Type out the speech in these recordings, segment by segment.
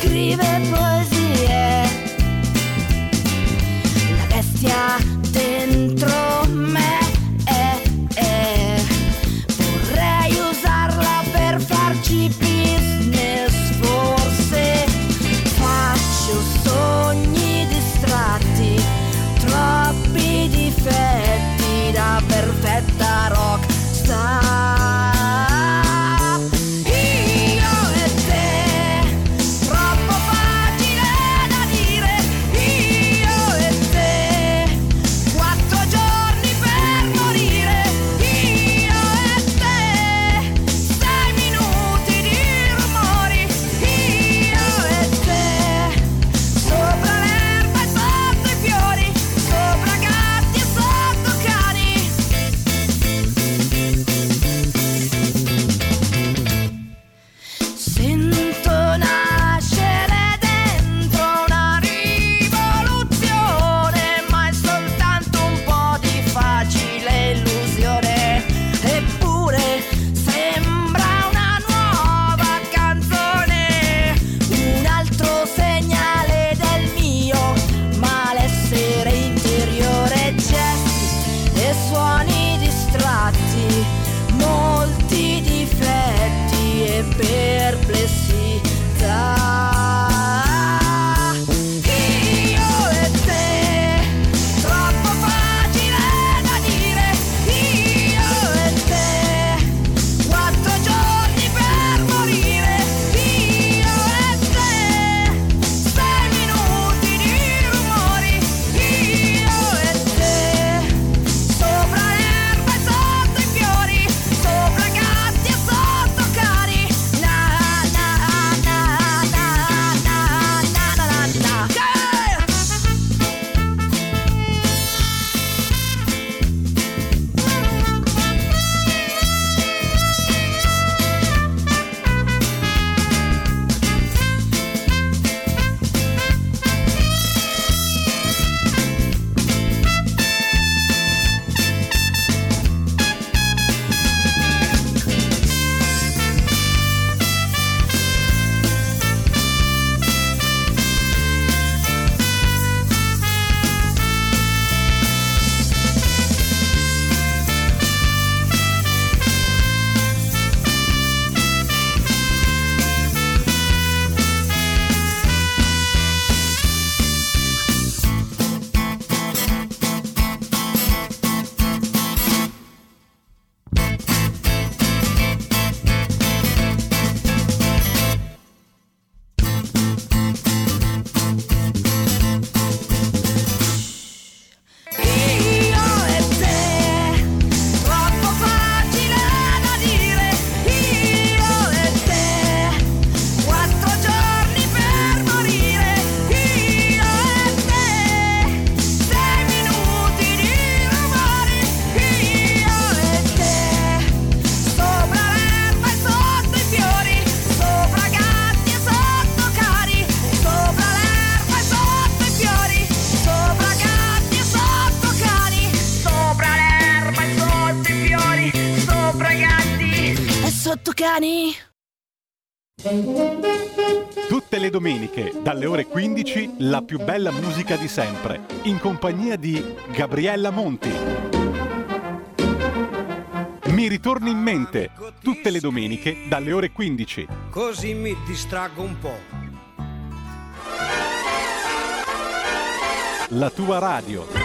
scrive poesie. La bestia dentro me vorrei usarla per farci business, forse faccio sogni distratti, troppi difetti da perfetta rock star. Cani. Tutte le domeniche, dalle ore 15, la più bella musica di sempre, in compagnia di Gabriella Monti. Mi ritorni in mente, tutte le domeniche, dalle ore 15. Così mi distraggo un po'. La tua radio.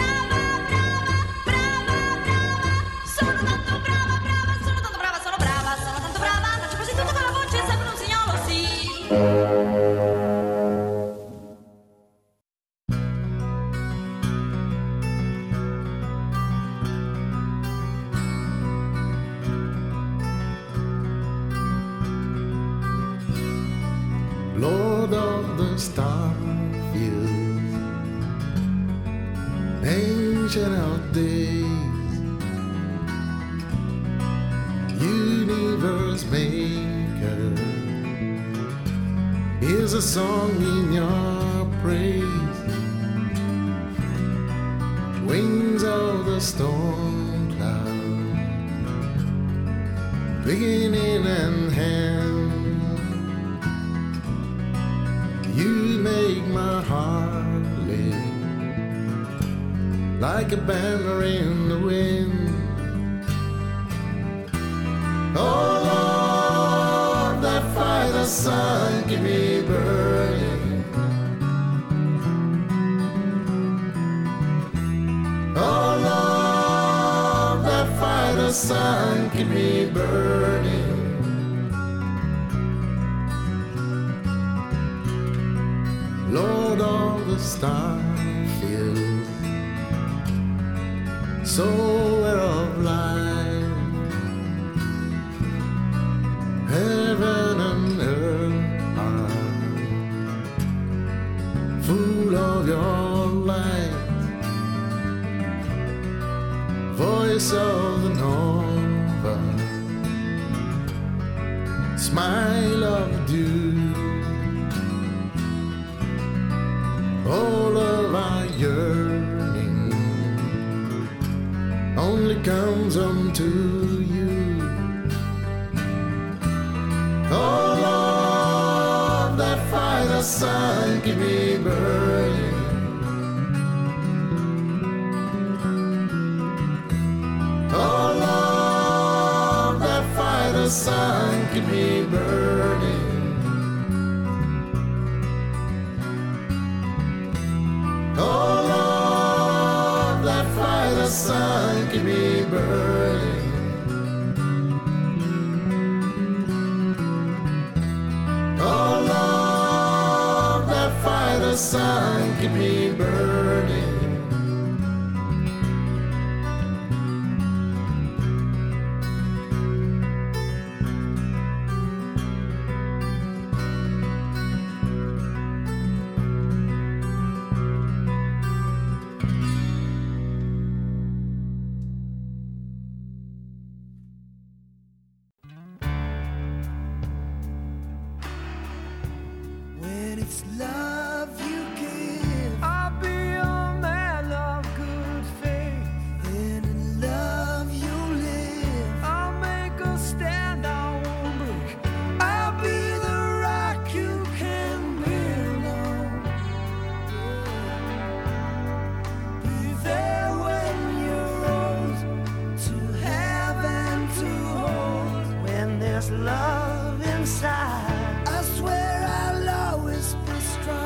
Lord of the Starfield, Ancient of Days, Universe Maker, here's a song in your praise. Wings of the storm cloud, beginning and end. You make my heart live like a banner in the wind. Oh Lord, that fire sun keep me burning. Oh Lord, that fire sun keep me burning. Lord, all the stars filled soul of light, heaven and earth are full of your light. Voice of the Nova, smile of dew. All of our yearning only comes unto you. Oh Lord, that fire sun keep me burning. Oh Lord, that fire sun keep me burning. Oh Lord, that fire sun keep me burning. Oh Lord, that fire sun keep me burning. When it's love you give, I'll be a man of good faith. Then in love you live, I'll make a stand, I won't break. I'll be the rock you can build on. Be there when you're old, to have and to hold. When there's love inside, I swear I'll always be strong.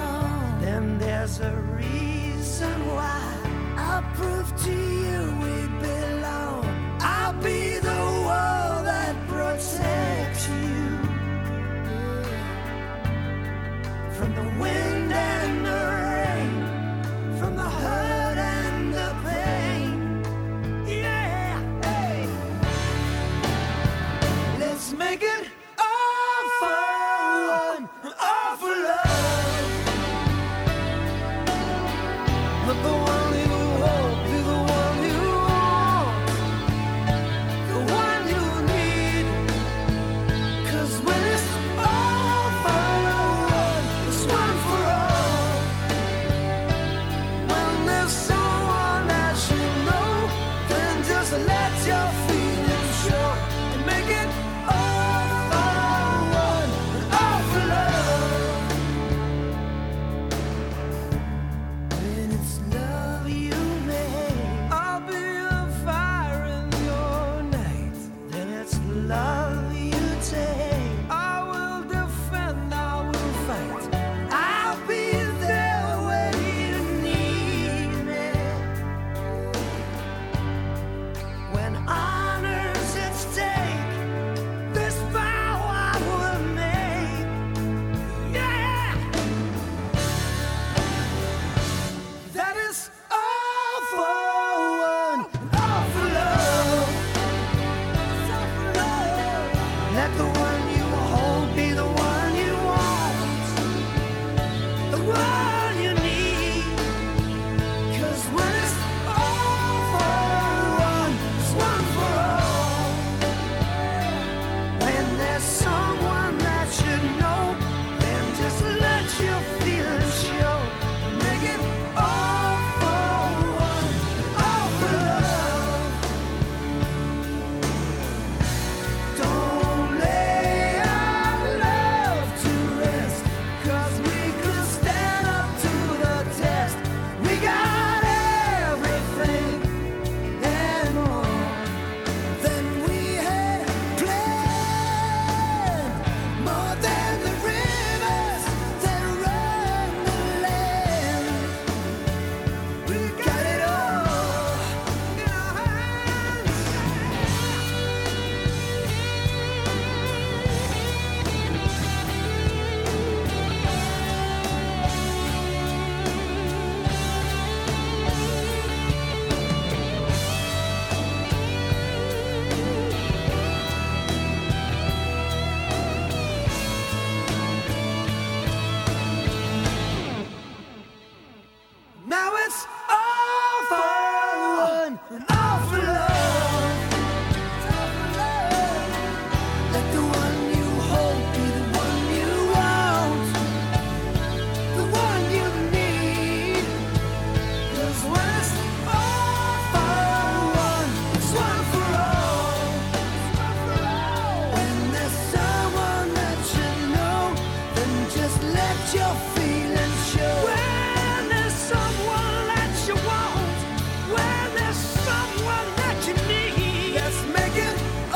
your feelings show. When there's someone that you want, when there's someone that you need, let's make it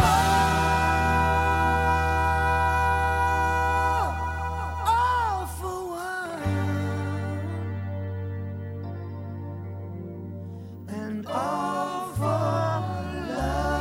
all for one, and all for love.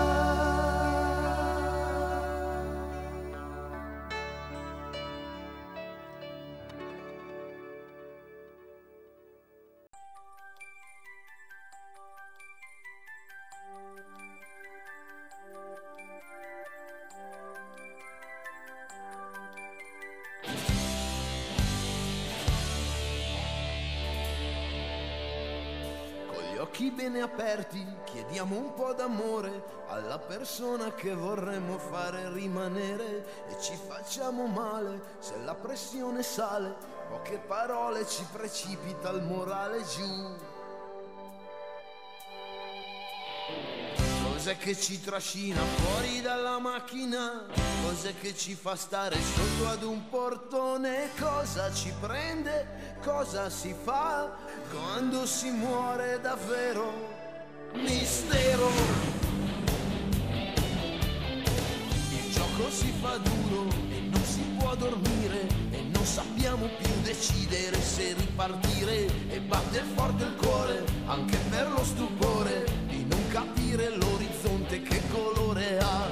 Con gli occhi bene aperti chiediamo un po' d'amore alla persona che vorremmo fare rimanere, e ci facciamo male se la pressione sale, poche parole ci precipita il morale giù. Cos'è che ci trascina fuori dalla macchina? Cos'è che ci fa stare sotto ad un portone? Cosa ci prende? Cosa si fa quando si muore davvero? Mistero. Il gioco si fa duro e non si può dormire, e non sappiamo più decidere se ripartire, e batte forte il cuore anche per lo stupore di non capire l'orizzonte che colore ha.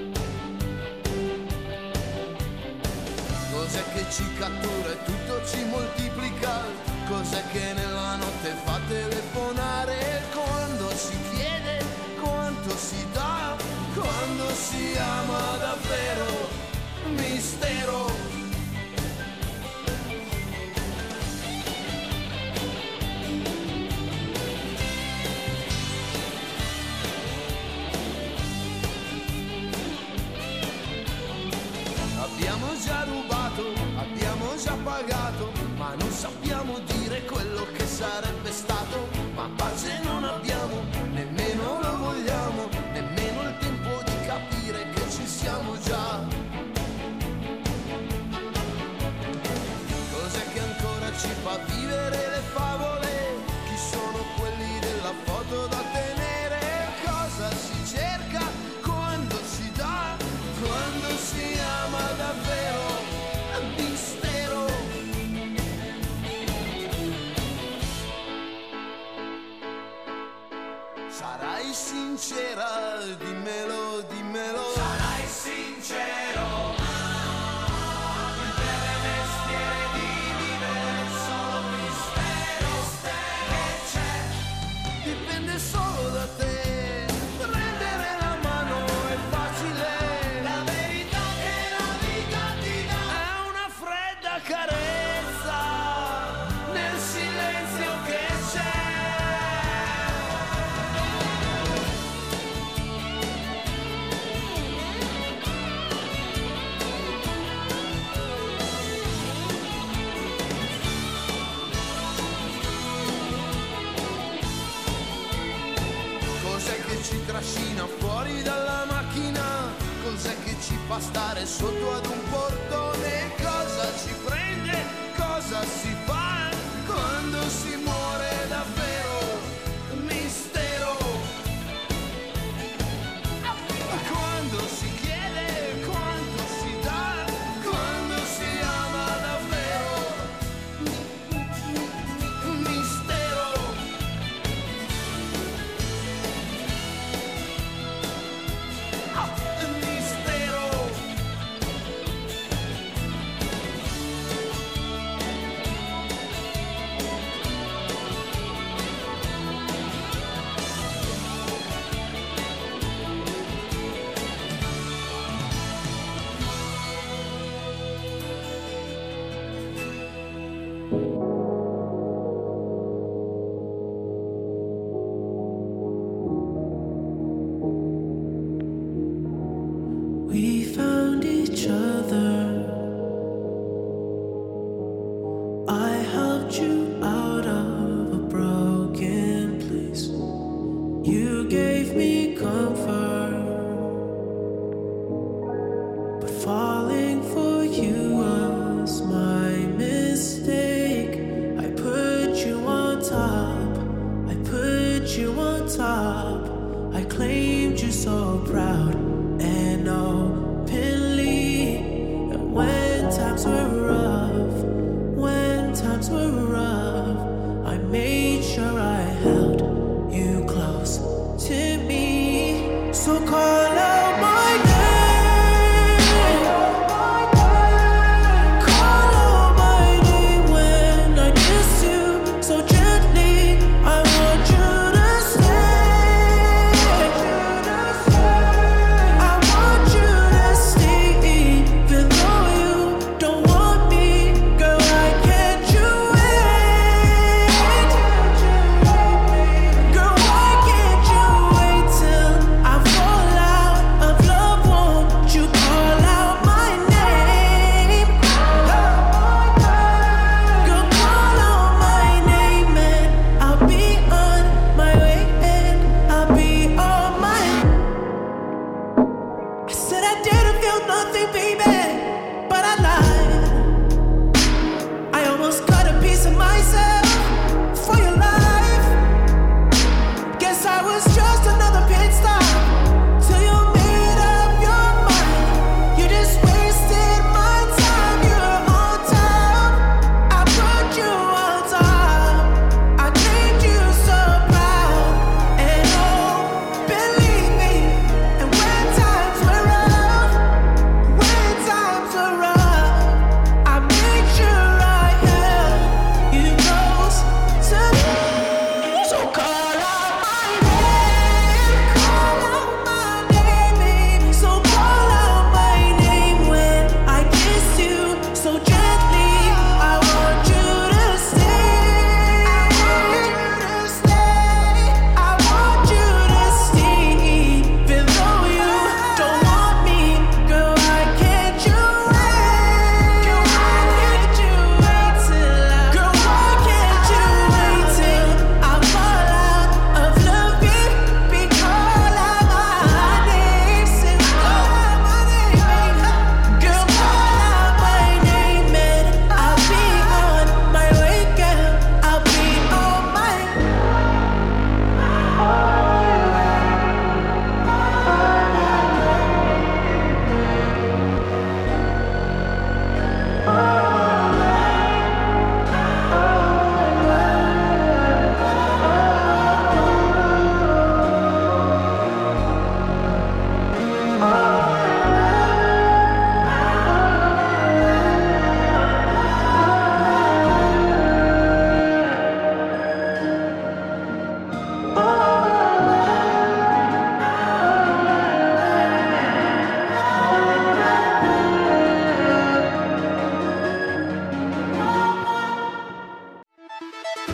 Cos'è che ci cattura e tutto ci moltiplica? Cos'è che nella notte fa telefonare? Quando si chiede quanto si dà, quando si ama davvero. Mistero. Abbiamo già rubato, abbiamo già pagato, ma non sappiamo dire quello che sarebbe stato. Ma pace non abbiamo, nemmeno lo vogliamo, nemmeno il tempo di capire che ci siamo già. Cos'è che ancora ci fa vivere le favole? Chi sono quelli della foto da tenere? Cosa si cerca quando si dà, quando si ama davvero? Mistero. Sarai sincera, dimmelo, dimmelo. Sarai sincero. Il vero mestiere di vivere è solo mistero. Che c'è? Dipende solo da te. Prendere la mano è facile. La verità che la vita ti dà è una fredda carezza nel silenzio che c'è. Cos'è che ci trascina fuori dalla macchina? Cos'è che ci fa stare sotto ad un portone? Cosa ci prende? Cosa si fa quando si muore davvero? Mistero. Quando si chiede quanto si dà, quando si ama davvero. Mistero. Mistero. We found each other. I helped you out of a broken place. You gave me comfort, but falling for you was my mistake.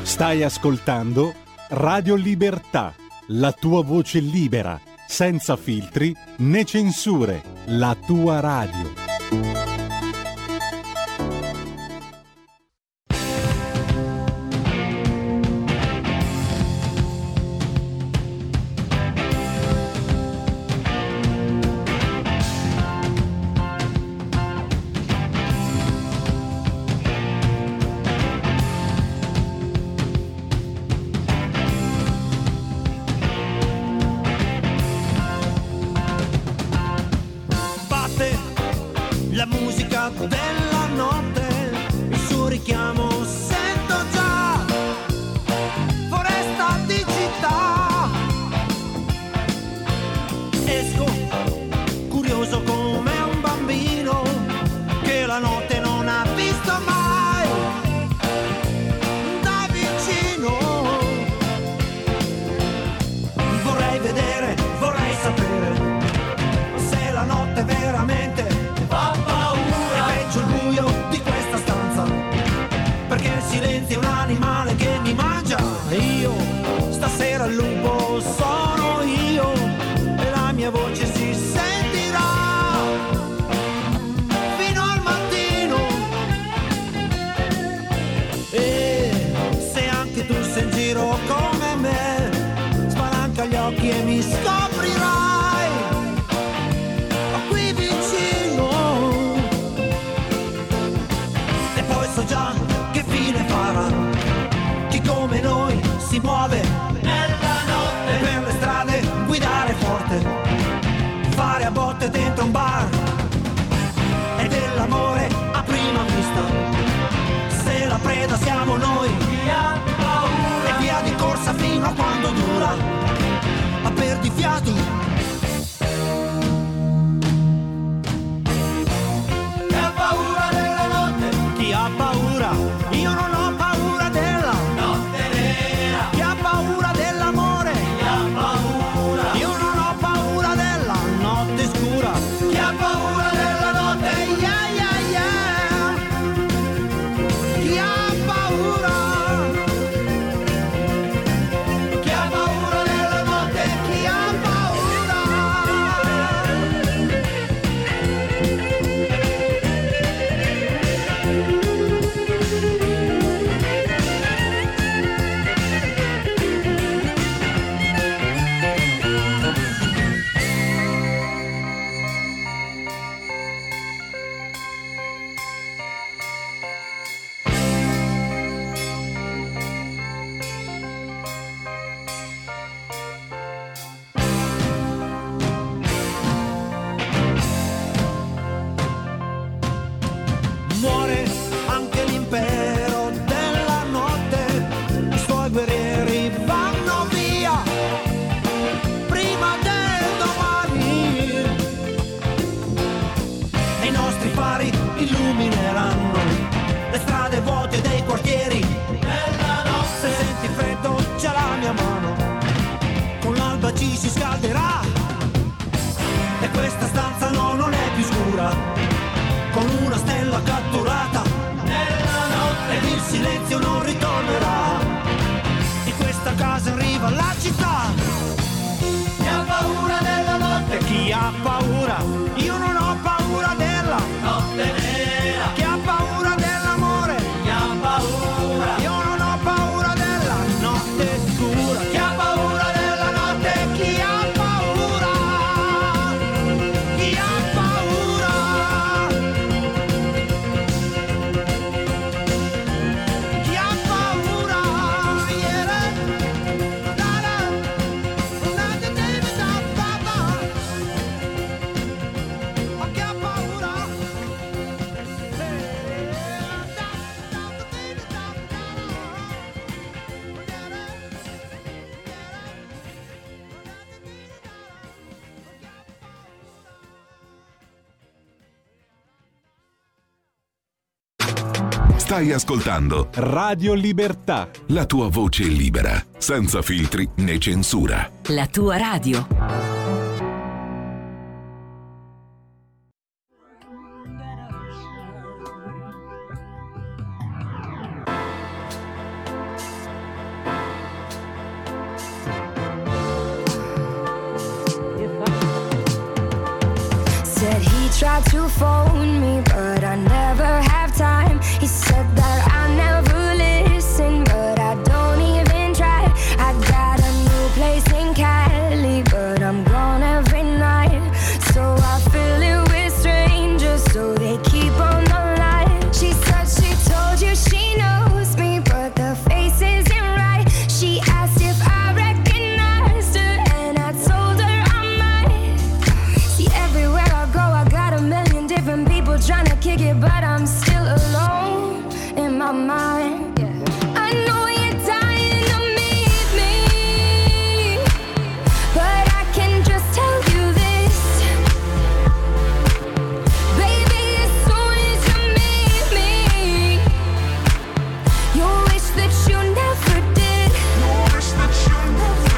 Stai ascoltando Radio Libertà, la tua voce libera, senza filtri né censure, la tua radio. La musica della notte, il suo richiamo sento già, foresta di città. Esco, curioso come un bambino che la notte non ha visto mai da vicino. Vorrei vedere, vorrei sapere se la notte veramente fa paura. È peggio il buio di questa stanza, perché il silenzio è un animale che mi mangia. E io, stasera il lupo sono io, e la mia voce si sentirà fino al mattino. E se anche tu sei in giro come me, spalanca gli occhi e mi scoprirai qui vicino. E poi so già che fine farà chi come noi si muove nella notte per le strade, guidare forte, fare a botte dentro un bar. E dell'amore a prima vista, se la preda siamo noi, e via di corsa fino a quando dura, ma perdi fiato. Chi ha paura della notte? Chi ha paura? Io non ho paura della notte nera. Chi ha paura dell'amore? Chi ha paura? Io non ho paura della notte scura. Chi ha paura della notte? Yeah, yeah, yeah. Chi ha paura? Chi ha paura della notte? Chi ha paura? Muore anche l'impero della notte, i suoi guerrieri vanno via prima del domani, e i nostri fari illumineranno le strade vuote dei quartieri. Nella notte, se senti freddo c'è la mia mano, con l'alba ci si scalderà, e questa stanza no, non è più scura, con una stella catturata nella notte, ed il silenzio non ritornerà, di questa casa in riva alla città. Chi ha paura della notte? Chi ha paura? Io non ho paura della notte nera. Chi ha paura dell'amore? Chi ha paura? Io non ho paura della notte scura. Chi ha paura della notte? Chi ha paura? Chi ha paura? Chi ha paura? Yeah. Da da da da da da da. Ma chi ha paura? Stai ascoltando Radio Libertà. la tua voce libera, senza filtri né censura. La tua radio. tried to phone me, but I never have time. He said that I never listen, but I don't even try. I got a new place in Cali, but I'm gone every night. So I fill it with strangers, so they keep on the line. She said she told you she knows me, but the face isn't right. She asked if I recognized her, and I told her I might. See, everywhere I go, I got a million different people trying to kick it, but I'm still alone in my mind. I know you're dying to meet me, but I can just tell you this, baby, as soon as you meet me, you'll wish that you never did. You'll wish that you never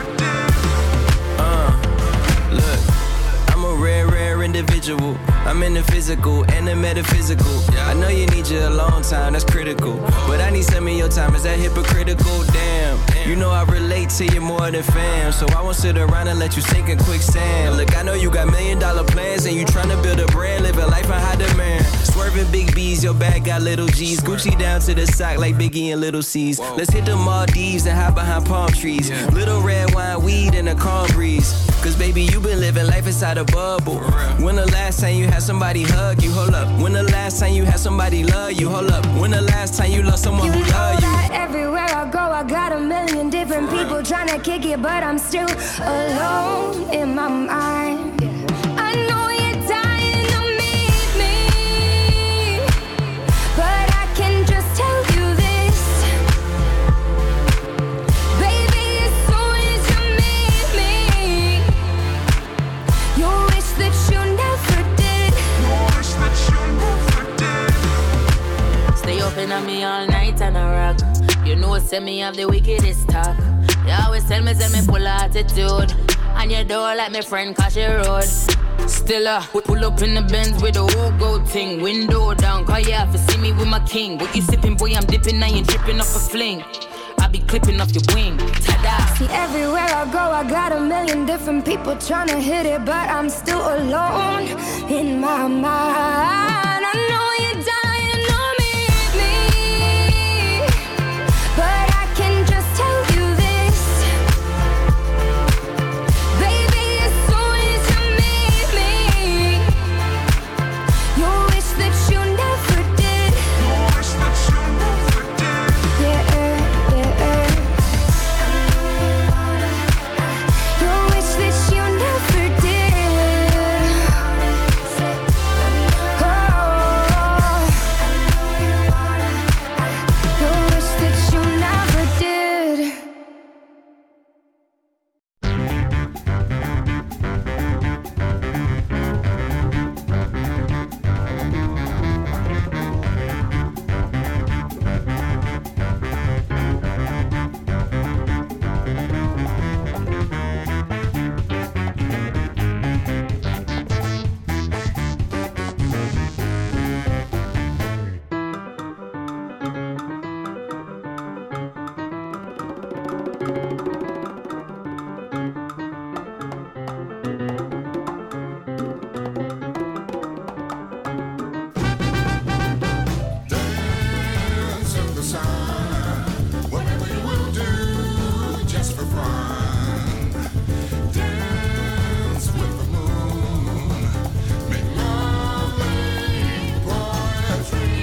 did. Look, I'm a rare individual. I'm in the physical and the metaphysical. I know you need you a long time, that's critical. But I need some of your time, is that hypocritical? Damn, you know I relate to you more than fam. So I won't sit around and let you sink in quicksand. Look, I know you got $1 million plans and you tryna build a brand, living life in high demand. Swerving big B's, your bag got little G's. Gucci down to the sock like Biggie and Little C's. Let's hit the Maldives and hide behind palm trees. Little red wine, weed, and a calm breeze. Cause baby, you been living life inside a bubble. When the last time you had somebody hug you? Hold up. When the last time you had somebody love you? Hold up. When the last time you loved someone who loved you? That everywhere I go, I got a million different people trying to kick it, but I'm still alone in my mind. I know you're dying to meet me, but I can just tell you this, baby, as soon as you meet me, you'll wish that you never did. You'll wish that you never did. Stay open on me all night and I rock. You know, send me have the wickedest talk. You always tell me, say me full of attitude. And your door like my friend cause she road. Still pull up in the Benz with the whole gold thing. Window down, cause you have to see me with my king. What you sipping, boy, I'm dipping, I ain't dripping off a fling. I be clipping off your wing, ta-da. See, everywhere I go, I got a million different people trying to hit it, but I'm still alone in my mind. I know you're dying to meet me, but I can just tell you this, baby, as soon as you meet me, you'll wish that you never did. You'll wish that you never did. Yeah. You'll wish that you never did. Oh, you'll wish that you never did. Dance in the sun, whatever you will do, just for fun. Dance with the moon, make love, make poetry.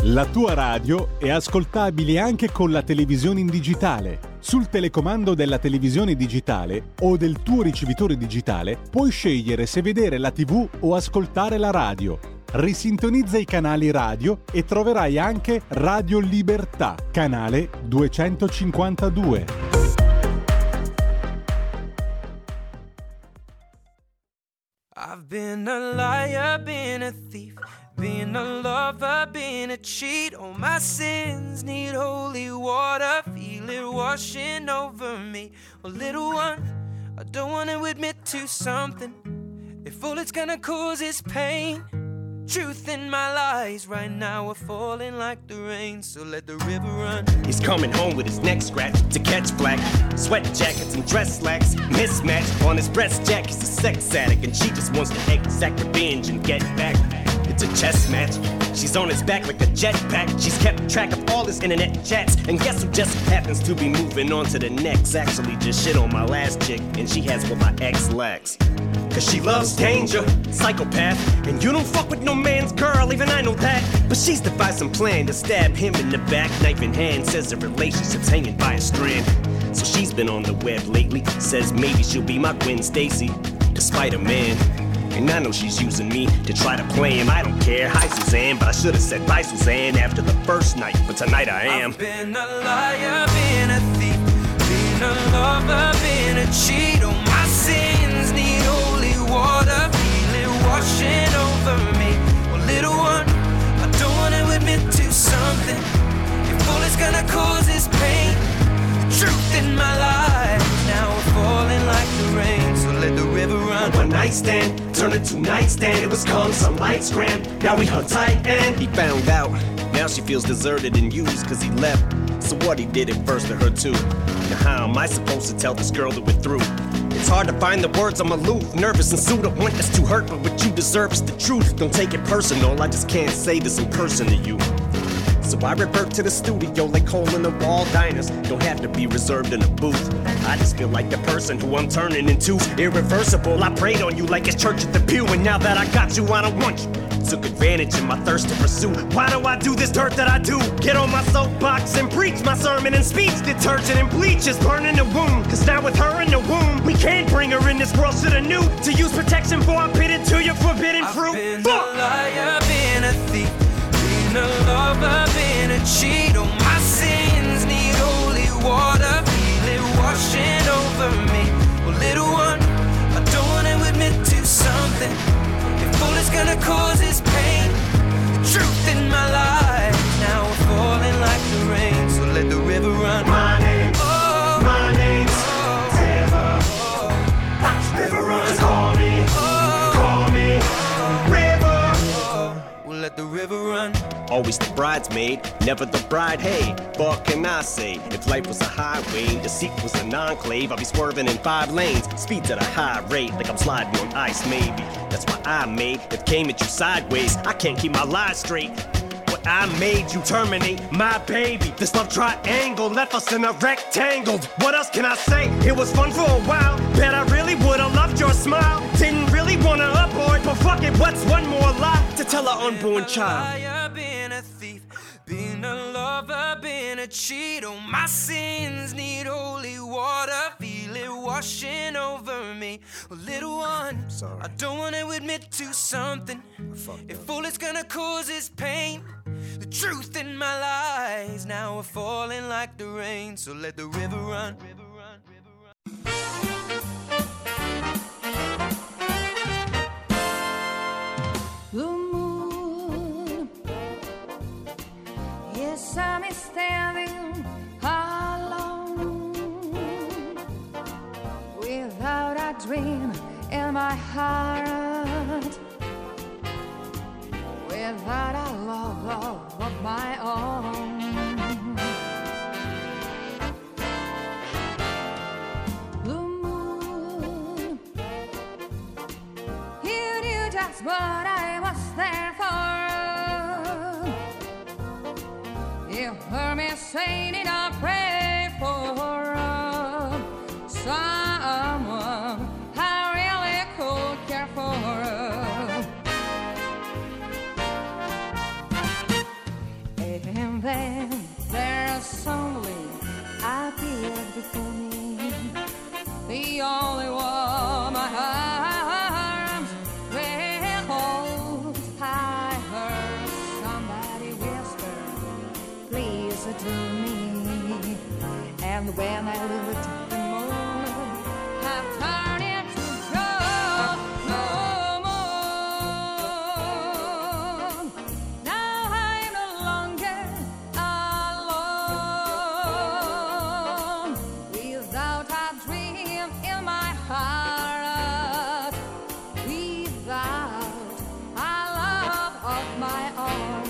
La tua radio è ascoltabile anche con la televisione in digitale. Sul telecomando della televisione digitale o del tuo ricevitore digitale puoi scegliere se vedere la TV o ascoltare la radio. Risintonizza i canali radio e troverai anche Radio Libertà, canale 252. I've been a liar, been a thief, been a lover, been a cheat. All my sins need holy water, feel it washing over me. Well, little one, I don't want to admit to something. If all it's gonna cause is pain, truth in my lies right now are falling like the rain, so let the river run. He's coming home with his neck scratched to catch black. Sweat jackets and dress slacks mismatched on his breast jack. He's a sex addict and she just wants to exact revenge and get back. It's a chess match. She's on his back like a jetpack. She's kept track of all his internet chats. And guess who just happens to be moving on to the next? Actually just shit on my last chick, and she has what my ex lacks. Cause she loves danger, psychopath. And you don't fuck with no man's girl, even I know that. But she's devised some plan to stab him in the back, knife in hand. Says the relationship's hanging by a strand. So she's been on the web lately. Says maybe she'll be my Gwen Stacy, despite a man. And I know she's using me to try to play him. I don't care, hi Suzanne, but I should have said bye Suzanne after the first night. But tonight I am. I've been a liar, been a thief, been a lover, been a cheat. All my sins need holy water, feel it washing over me. Well, little one, I don't want to admit to something. If all it's gonna cause is pain, the truth in my life now we're falling like the rain, so let the river run. One night stand turned into nightstand. It was calm, some lights grand. Now we hung tight and he found out. Now she feels deserted and used cause he left. So what, he did it first to her too. Now how am I supposed to tell this girl that we're through? It's hard to find the words, I'm aloof, nervous and sued. I want this to hurt, but what you deserve is the truth. Don't take it personal, I just can't say this in person to you. So I revert to the studio like hole in the wall diners. Don't have to be reserved in a booth. I just feel like the person who I'm turning into. Irreversible, I prayed on you like it's church at the pew. And now that I got you, I don't want you. Took advantage of my thirst to pursue. Why do I do this dirt that I do? Get on my soapbox and preach my sermon and speech. Detergent and bleach is burning the womb. Cause now with her in the womb, we can't bring her in this world. Shoulda knew to use protection before I bit into your forbidden fruit. I've been a liar, been a thief, been a lover, been a cheat. All my sins need holy water, feel it washing over me. Well, little one, I don't wanna admit to something. If all it's gonna cause is pain, the truth in my life now we're falling like the rain, so let the river run. My name's River. River runs, call me, River. We'll let the river run. Always the bridesmaid, never the bride. Hey, what can I say? If life was a highway, the seat was an enclave, I'd be swerving in 5 lanes, speeds at a high rate, like I'm sliding on ice maybe. That's why I made it came at you sideways. I can't keep my lies straight. What I made you terminate my baby. This love triangle left us in a rectangle. What else can I say? It was fun for a while. Bet I really would've loved your smile. Didn't really wanna abort, but fuck it, what's one more lie to tell our unborn child? Been a thief, been a lover, been a cheat. All my sins need holy water, feel it washing over me. Well, little one, I don't wanna admit to something. If all it's gonna cause is pain, the truth in my lies now we're falling like the rain, so let the river run. The moon, yes, I'm standing alone without a dream in my heart, without a love of my own. The moon, you knew just what I was there for. You heard me saying it, I pray for someone I really could care for. the only one my arms will hold. I heard somebody whisper, please to me, and when I looked at the moon, I turned into gold. No more. Now I'm no longer alone, without a dream in my heart, without a love of my own.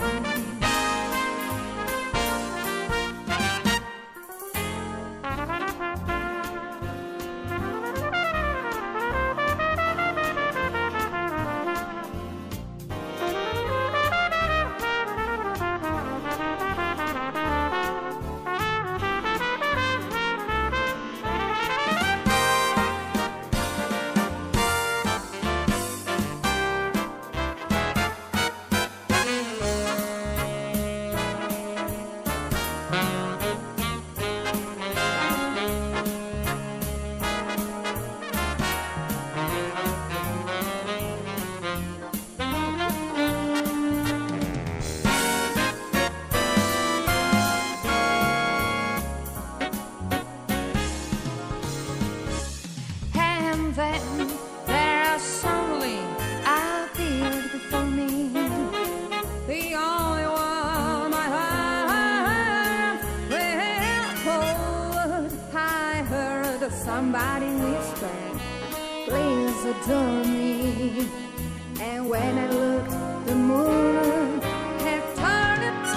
And then there suddenly appeared before me the only one my heart will hold. I heard somebody whisper, please adore me, and when I looked, the moon had turned to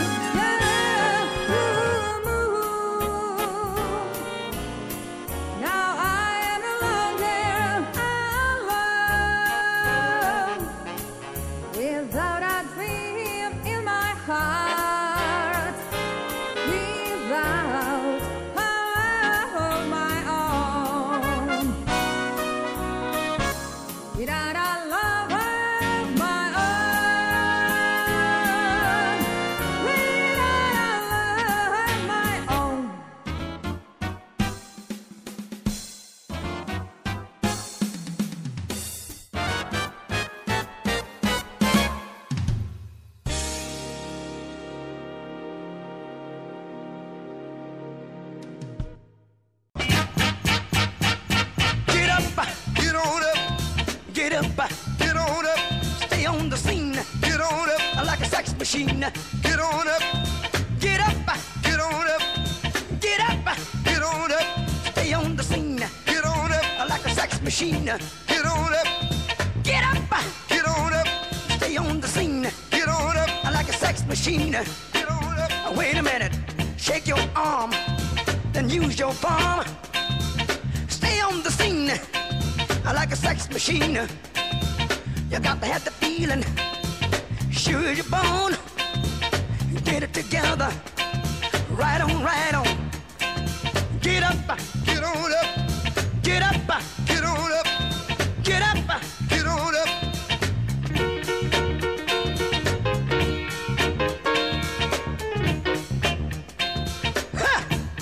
blue moon. Now I am no longer alone, without a dream in my heart, without a love of my own, without a love of my own, without a love of my own. Get up, get on up, get up, get on up, stay on the scene, get on up, like a sex machine, get on up, get up, get on up, get up, get on up, stay on the scene, get on up, like a sex machine, get on up, get up, get on up, stay on the scene, get on up, like a sex machine, get on up. Wait a minute, shake your arm, then use your palm. Stay on the scene like a sex machine. You got to have the feeling, sure you're born. Get it together, right on, right on. Get up, get on up, get up, get on up, get up, get on up. Ha!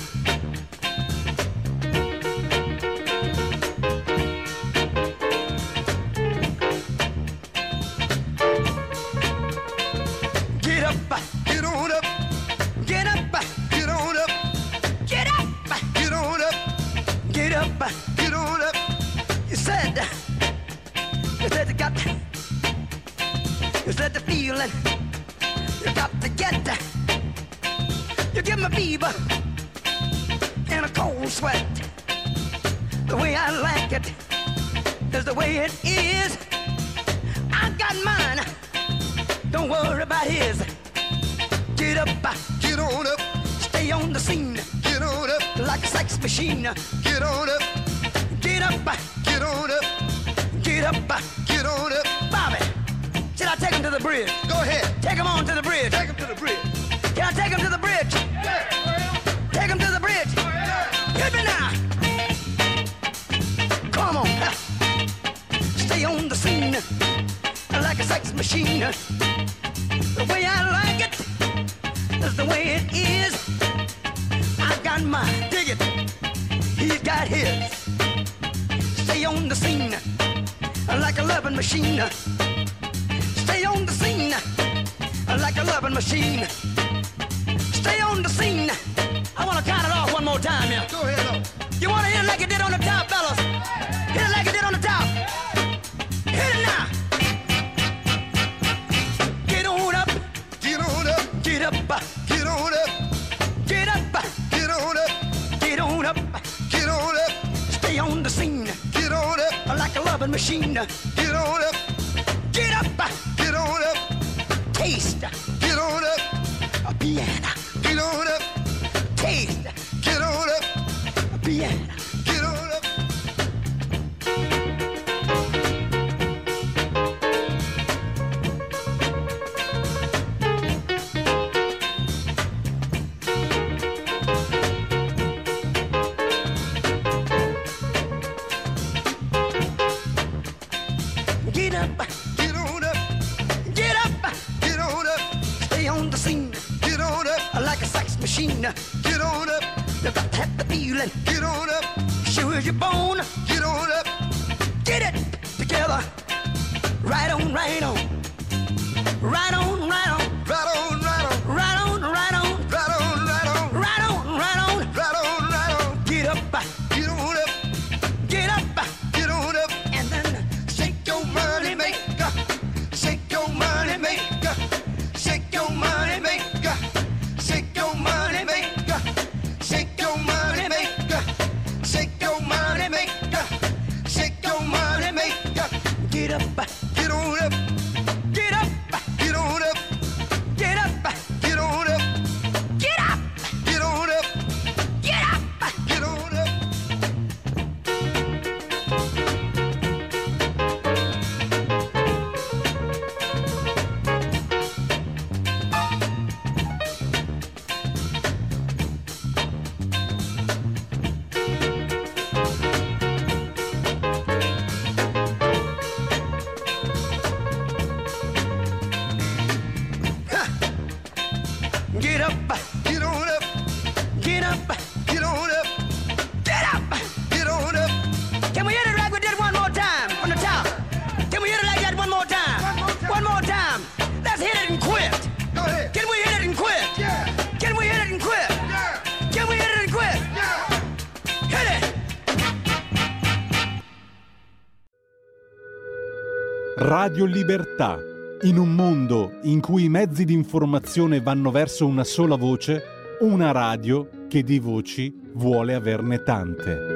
Get up, get on up, get up, get on up, get up, get on up, get up, get on up. You said you got, you said the feeling, you got to get, you give me fever and a cold sweat. The way I like it is the way it is. I got mine, don't worry about his. Get up, get on up, stay on the scene. Get on up, like a sex machine. Get on up, get up, get on up, get up, get on up. Bobby, should I take him to the bridge? Go ahead, take him on to the bridge. Take him to the bridge. Can I take him to the bridge? Yeah. Take him to the bridge. Yeah. Hit me now. Come on, stay on the scene like a sex machine. The way I like it is the way it is. I got mine, dig it. He's got his. on the scene like a loving machine. Stay on the scene like a loving machine. Stay on the scene. I want to count it off one more time, yeah. Go ahead. You want to hit it like it did on the top, fellas? Hit it like it did on the top. Hit it now. Get on up. Get on up. Get up. Get on up. Get up. Get on up. Get on up. Get on up. Stay on the scene Get on up. like a loving machine. Get on up. Get up. Get on up. Taste Get on up. a piano. Get on up. Taste Get on up. a piano. Get on up. Get up. Get on up. Get up. Get on up. Stay on the scene Get on up. like a sex machine. Get on up. You got to have the feeling. Get on up. Sure as you're born. Get on up. Get it together. Right on, right on. Right on, right on. Right on, right on. Right on, right on. Right on, right on. Right on, right on. Right on, right on. Get up. Get on up. Get up. Get on up. And then shake your money maker. Shake your money maker. Shake your money maker. Shake your money maker. Shake your money maker. Shake your money maker. Shake your money maker. Get up. Get on up. Get up. Get on up. Get up. Get on up. Get up. Get on up. Get up. Get on up. Get up. Get on up. Get up. Get on up. Get up. Get on up. Can we hit it like we did one more time from the top? Can we hit it like that one more time? One more time. Let's hit it and quit. Go ahead. Can we hit it and quit? Yeah. Can we hit it and quit? Yeah. Can we hit it and quit? Yeah. Hit it. Radio Libertà. In un mondo in cui i mezzi di informazione vanno verso una sola voce, una radio che di voci vuole averne tante.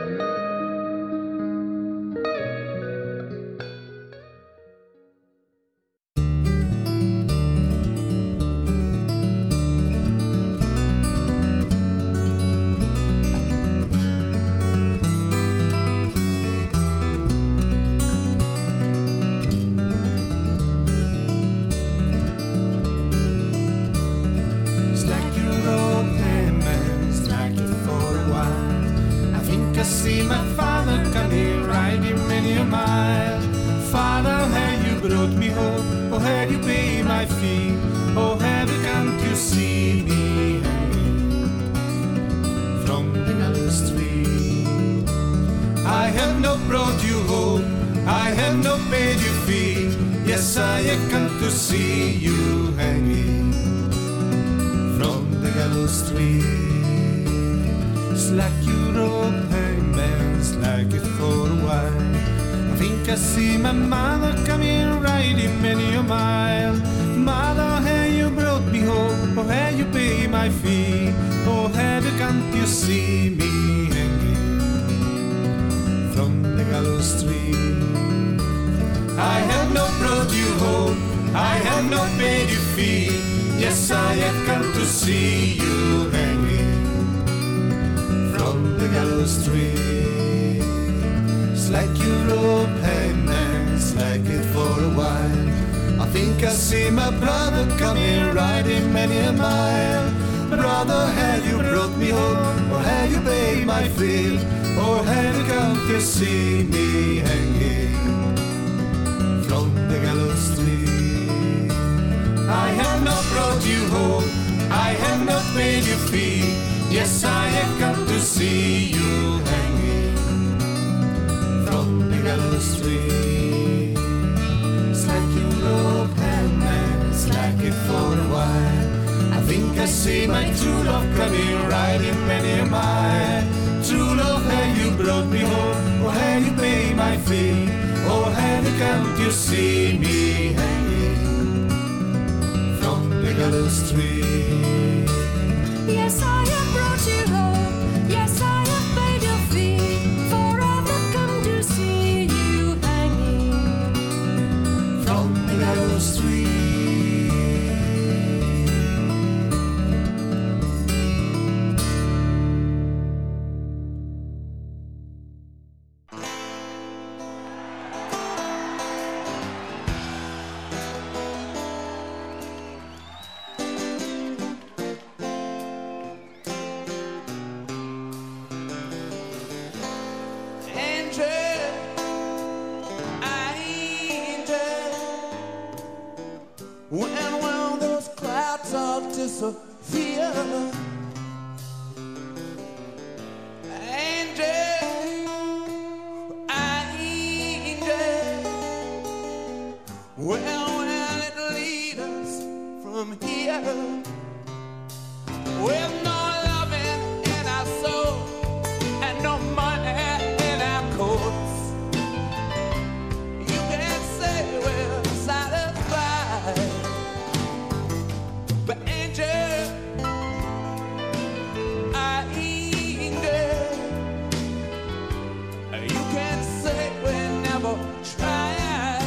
Slack your rope, hey man, slack it for a while. I think I see my father coming, riding many a mile. Father, have you brought me home? Oh, have you paid my fee? Oh, have you come to see me hanging from the gallows tree? I have not brought you home, I have not paid you fee. Yes, I have come to see you hanging from the gallows tree. Slack your rope, hey man, slack it for a while. I think I see my mother coming, riding many a mile. Mother, have you brought me home? Or have you paid my fee? Or have you come to see me hanging from the gallows tree? I have not brought you home, I have not paid you fee. Yes, I have come to see you hanging from the gallows tree. Slack your rope, hey man, slack it for a while. I think I see my brother coming, riding many a mile. Brother, have you brought me home, or have you paid my fee? Or have you come to see me hanging from the gallows tree? I have not brought you home, I have not paid your fee. Yes, I have come to see you hanging from the street. It's like you know man, it's like it for a while. I think I see my true love coming riding many a mile. True love, have you brought me home, or have you paid my fee, or have you come to see me hanging from the gallows tree? Yes, I have brought you home. Yes, I have paid your fee. Forever come to see you hanging from the gallows tree. When those clouds all disappear, angel, where will it lead us from here? With no loving in our soul and no money in our coats, you can't say we're satisfied. But angel, you can't say we never tried.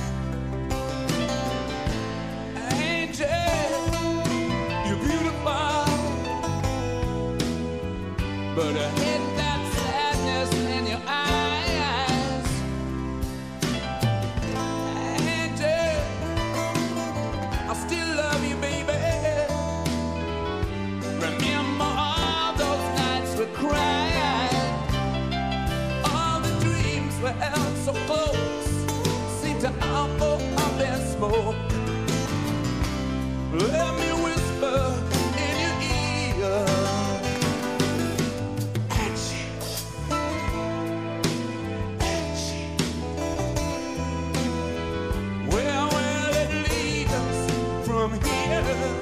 Angel, you're beautiful, but I hate that sadness in your eyes. Angel, I still love you, baby. Remember all those nights we cried, all the dreams we held so close, seem to all go up in smoke. Let me whisper in your ear, Angie, Angie, where will it lead us from here?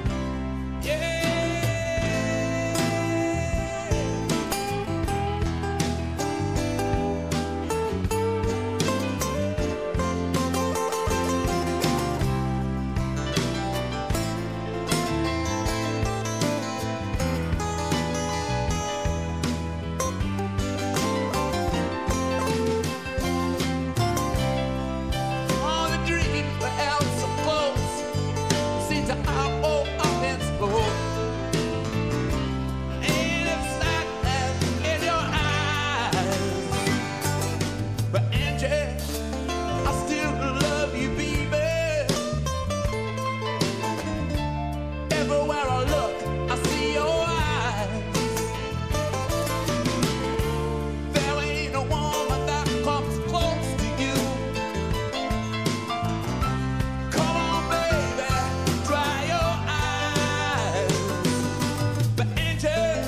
All the dreams we held so close seem to all go up in smoke. And it's sadness in your eyes, but Angie, I still love you, baby. Everywhere I look, I see your eyes. There ain't a woman that comes close to you. Come on, baby, dry your eyes. But angel,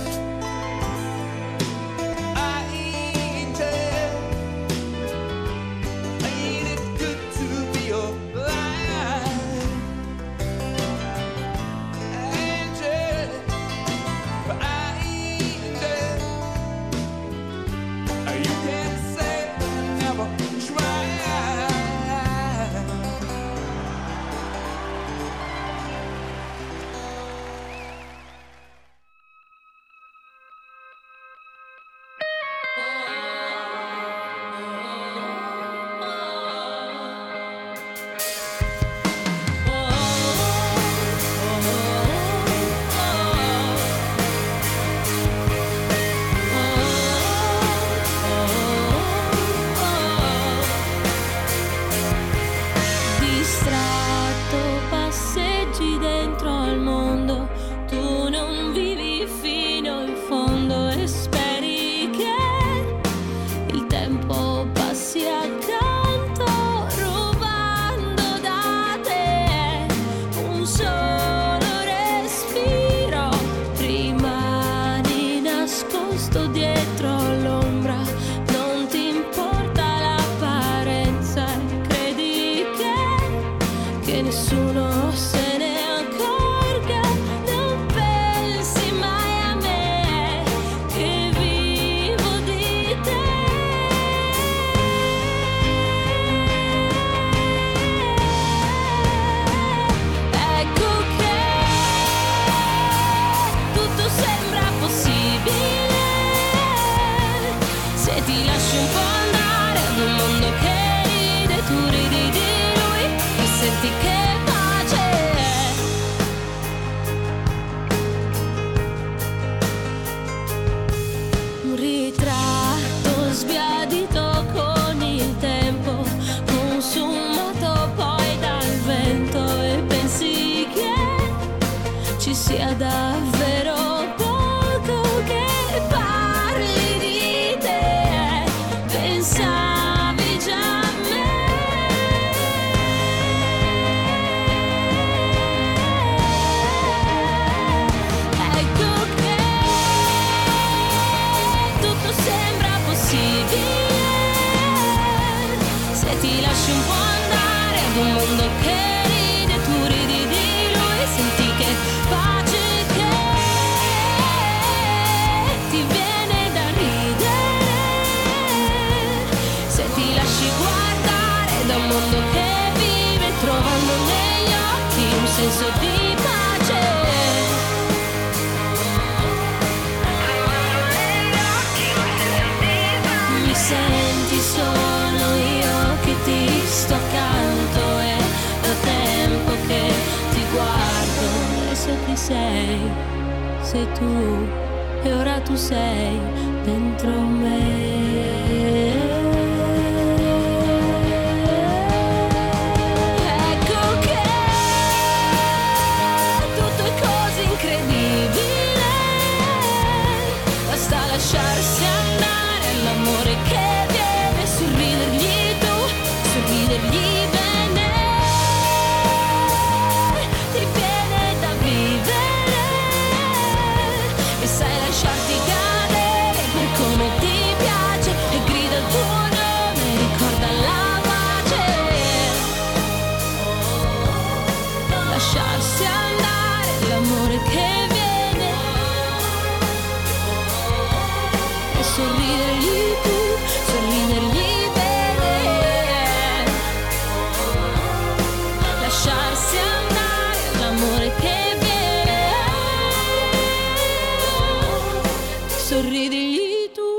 ain't it good to be alive? Angel, you can't say never try. Distratto passeggi dentro al mondo, tu non vivi fino in fondo e speri che il tempo passi accanto, rubando da te un solo respiro. Rimani nascosto dietro l'ombra, non ti importa la paura. lasci un po' andare ad un mondo che ride, tu ridi di lui, senti che pace che ti viene da ridere, se ti lasci guardare da un mondo che vive trovando negli occhi un senso di pace. Mi senti, sono io che ti sto accanto, è da tempo che ti guardo e so chi sei tu e ora tu sei dentro me. Ecco che tutto è così incredibile, basta lasciarsi andare all'amore che viene, sorridergli tu, sorridergli bene, ti viene da vivere e sai lasciarti cadere per come ti piace e grida il tuo nome, ricorda la pace, lasciarsi andare l'amore che viene e sorridergli tu, sorridergli bene, lasciarsi andare l'amore che viene, sorridergli tu.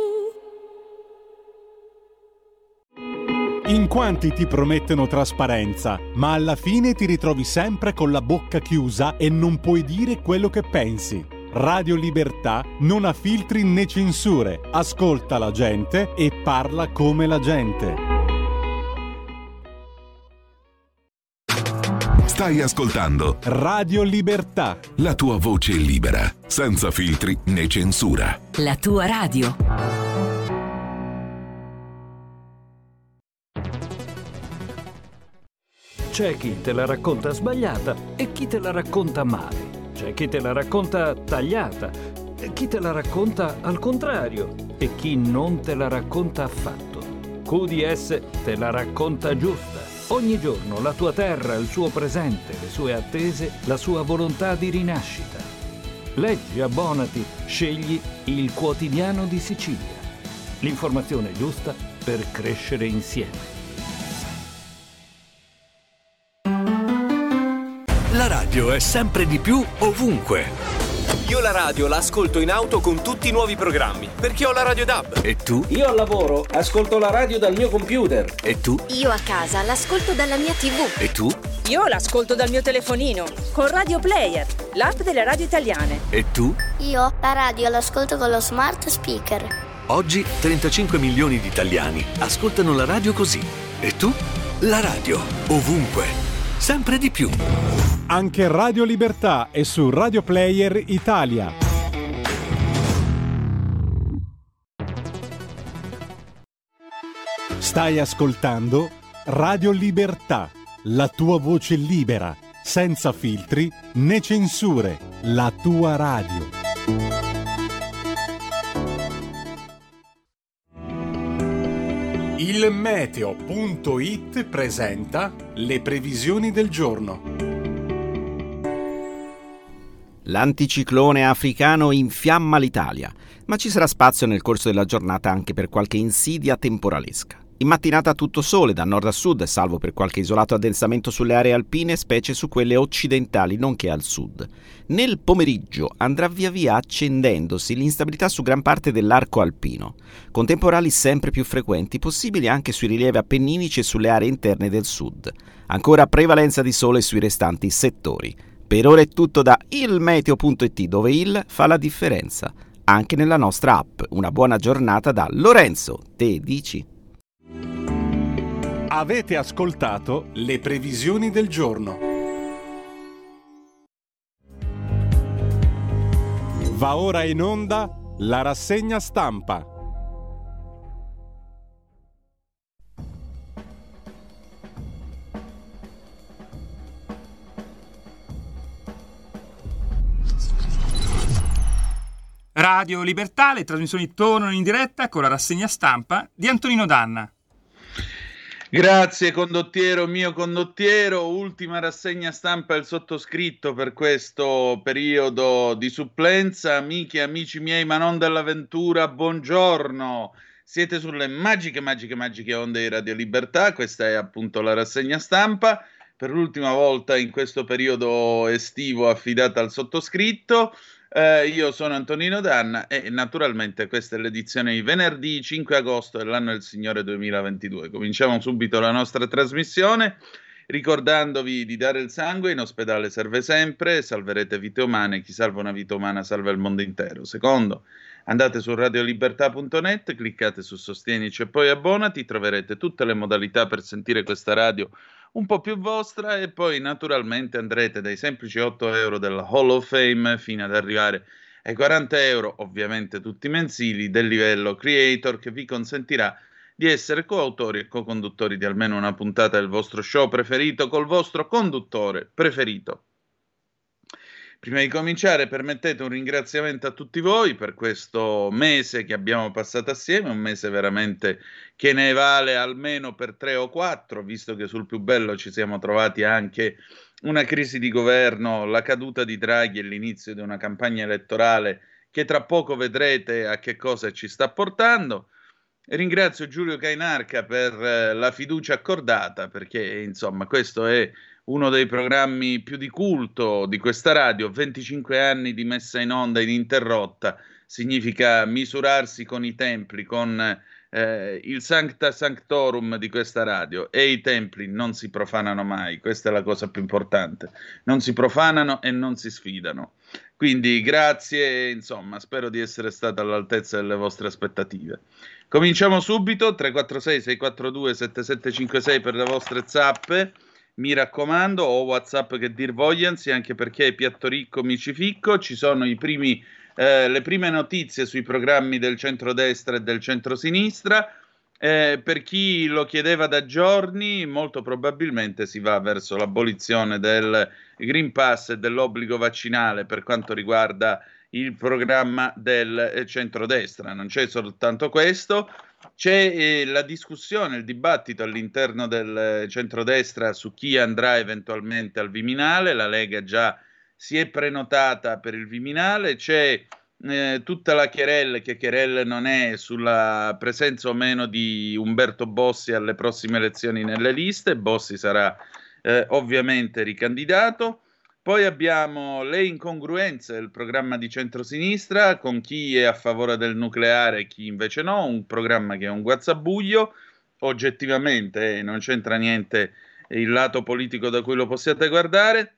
In quanti ti promettono trasparenza, ma alla fine ti ritrovi sempre con la bocca chiusa e non puoi dire quello che pensi. Radio Libertà non ha filtri né censure, ascolta la gente e parla come la gente. Stai ascoltando Radio Libertà, la tua voce libera, senza filtri né censura. La tua radio. C'è chi te la racconta sbagliata e chi te la racconta male. C'è chi te la racconta tagliata e chi te la racconta al contrario e chi non te la racconta affatto. QDS te la racconta giusta. Ogni giorno la tua terra, il suo presente, le sue attese, la sua volontà di rinascita. Leggi, abbonati, scegli il Quotidiano di Sicilia. L'informazione giusta per crescere insieme. La radio è sempre di più ovunque. Io la radio la ascolto in auto con tutti i nuovi programmi, perché ho la radio DAB. E tu? Io al lavoro ascolto la radio dal mio computer. E tu? Io a casa l'ascolto dalla mia TV. E tu? Io l'ascolto dal mio telefonino, con Radio Player, l'app delle radio italiane. E tu? Io la radio l'ascolto con lo smart speaker. Oggi 35 milioni di italiani ascoltano la radio così. E tu? La radio, ovunque, sempre di più. Anche Radio Libertà è su Radio Player Italia. Stai ascoltando Radio Libertà, la tua voce libera, senza filtri né censure, la tua radio. Il meteo.it presenta le previsioni del giorno. L'anticiclone africano infiamma l'Italia, ma ci sarà spazio nel corso della giornata anche per qualche insidia temporalesca. In mattinata tutto sole da nord a sud, salvo per qualche isolato addensamento sulle aree alpine, specie su quelle occidentali nonché al sud. Nel pomeriggio andrà via via accendendosi l'instabilità su gran parte dell'arco alpino, con temporali sempre più frequenti, possibili anche sui rilievi appenninici e sulle aree interne del sud. Ancora prevalenza di sole sui restanti settori. Per ora è tutto da ilmeteo.it, dove il fa la differenza, anche nella nostra app. Una buona giornata da Lorenzo, te dici? Avete ascoltato le previsioni del giorno. Va ora in onda la rassegna stampa. Radio Libertà, le trasmissioni tornano in diretta con la rassegna stampa di Antonino Danna. Grazie condottiero, mio condottiero. Ultima rassegna stampa il sottoscritto per questo periodo di supplenza. Amiche e amici miei, ma non dell'avventura, buongiorno. Siete sulle magiche onde di Radio Libertà. Questa è appunto la rassegna stampa, per l'ultima volta in questo periodo estivo affidata al sottoscritto. Io sono Antonino Danna e naturalmente questa è l'edizione di venerdì 5 agosto dell'anno del Signore 2022. Cominciamo subito la nostra trasmissione ricordandovi di dare il sangue, in ospedale serve sempre, salverete vite umane, chi salva una vita umana salva il mondo intero. Secondo, andate su radiolibertà.net, cliccate su Sostienici e poi abbonati, troverete tutte le modalità per sentire questa radio un po' più vostra e poi naturalmente andrete dai semplici 8 euro della Hall of Fame fino ad arrivare ai 40 euro, ovviamente tutti mensili, del livello Creator, che vi consentirà di essere coautori e co-conduttori di almeno una puntata del vostro show preferito col vostro conduttore preferito. Prima di cominciare, permettete un ringraziamento a tutti voi per questo mese che abbiamo passato assieme, un mese veramente che ne vale almeno per 3 o 4, visto che sul più bello ci siamo trovati anche una crisi di governo, la caduta di Draghi e l'inizio di una campagna elettorale che tra poco vedrete a che cosa ci sta portando. Ringrazio Giulio Cainarca per la fiducia accordata, perché insomma questo è uno dei programmi più di culto di questa radio. 25 anni di messa in onda ininterrotta significa misurarsi con i templi, con il Sancta Sanctorum di questa radio, e i templi non si profanano mai, questa è la cosa più importante, non si profanano e non si sfidano. Quindi grazie, insomma, spero di essere stato all'altezza delle vostre aspettative. Cominciamo subito, 346-642-7756 per le vostre zappe, mi raccomando, o WhatsApp che dir vogliansi, anche perché è piatto ricco mici ficco, ci sono le prime notizie sui programmi del centrodestra e del centrosinistra. Per chi lo chiedeva da giorni, molto probabilmente si va verso l'abolizione del Green Pass e dell'obbligo vaccinale per quanto riguarda il programma del centrodestra. Non c'è soltanto questo, c'è la discussione, il dibattito all'interno del centrodestra su chi andrà eventualmente al Viminale. La Lega già si è prenotata per il Viminale, c'è tutta la querelle, che querelle non è, sulla presenza o meno di Umberto Bossi alle prossime elezioni nelle liste. Bossi sarà ovviamente ricandidato. Poi abbiamo le incongruenze del programma di centrosinistra, con chi è a favore del nucleare e chi invece no, un programma che è un guazzabuglio, oggettivamente non c'entra niente il lato politico da cui lo possiate guardare.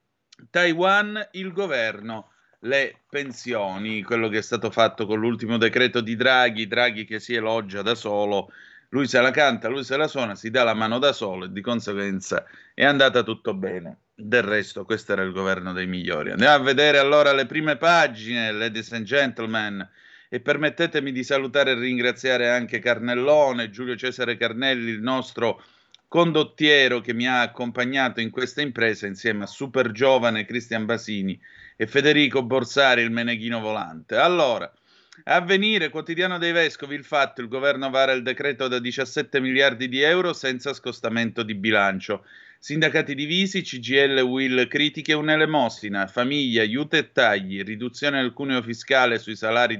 Taiwan, il governo, le pensioni, quello che è stato fatto con l'ultimo decreto di Draghi che si elogia da solo, lui se la canta, lui se la suona, si dà la mano da solo e di conseguenza è andata tutto bene. Del resto questo era il governo dei migliori. Andiamo a vedere allora le prime pagine, ladies and gentlemen, e permettetemi di salutare e ringraziare anche Carnellone, Giulio Cesare Carnelli, il nostro condottiero che mi ha accompagnato in questa impresa insieme a super giovane Cristian Basini e Federico Borsari, il meneghino volante. Allora, Avvenire, Quotidiano dei Vescovi, il fatto: il governo vara il decreto da 17 miliardi di euro senza scostamento di bilancio. Sindacati divisi, CGIL e UIL critiche, un'elemosina, famiglie, aiuto e tagli, riduzione del cuneo fiscale sui salari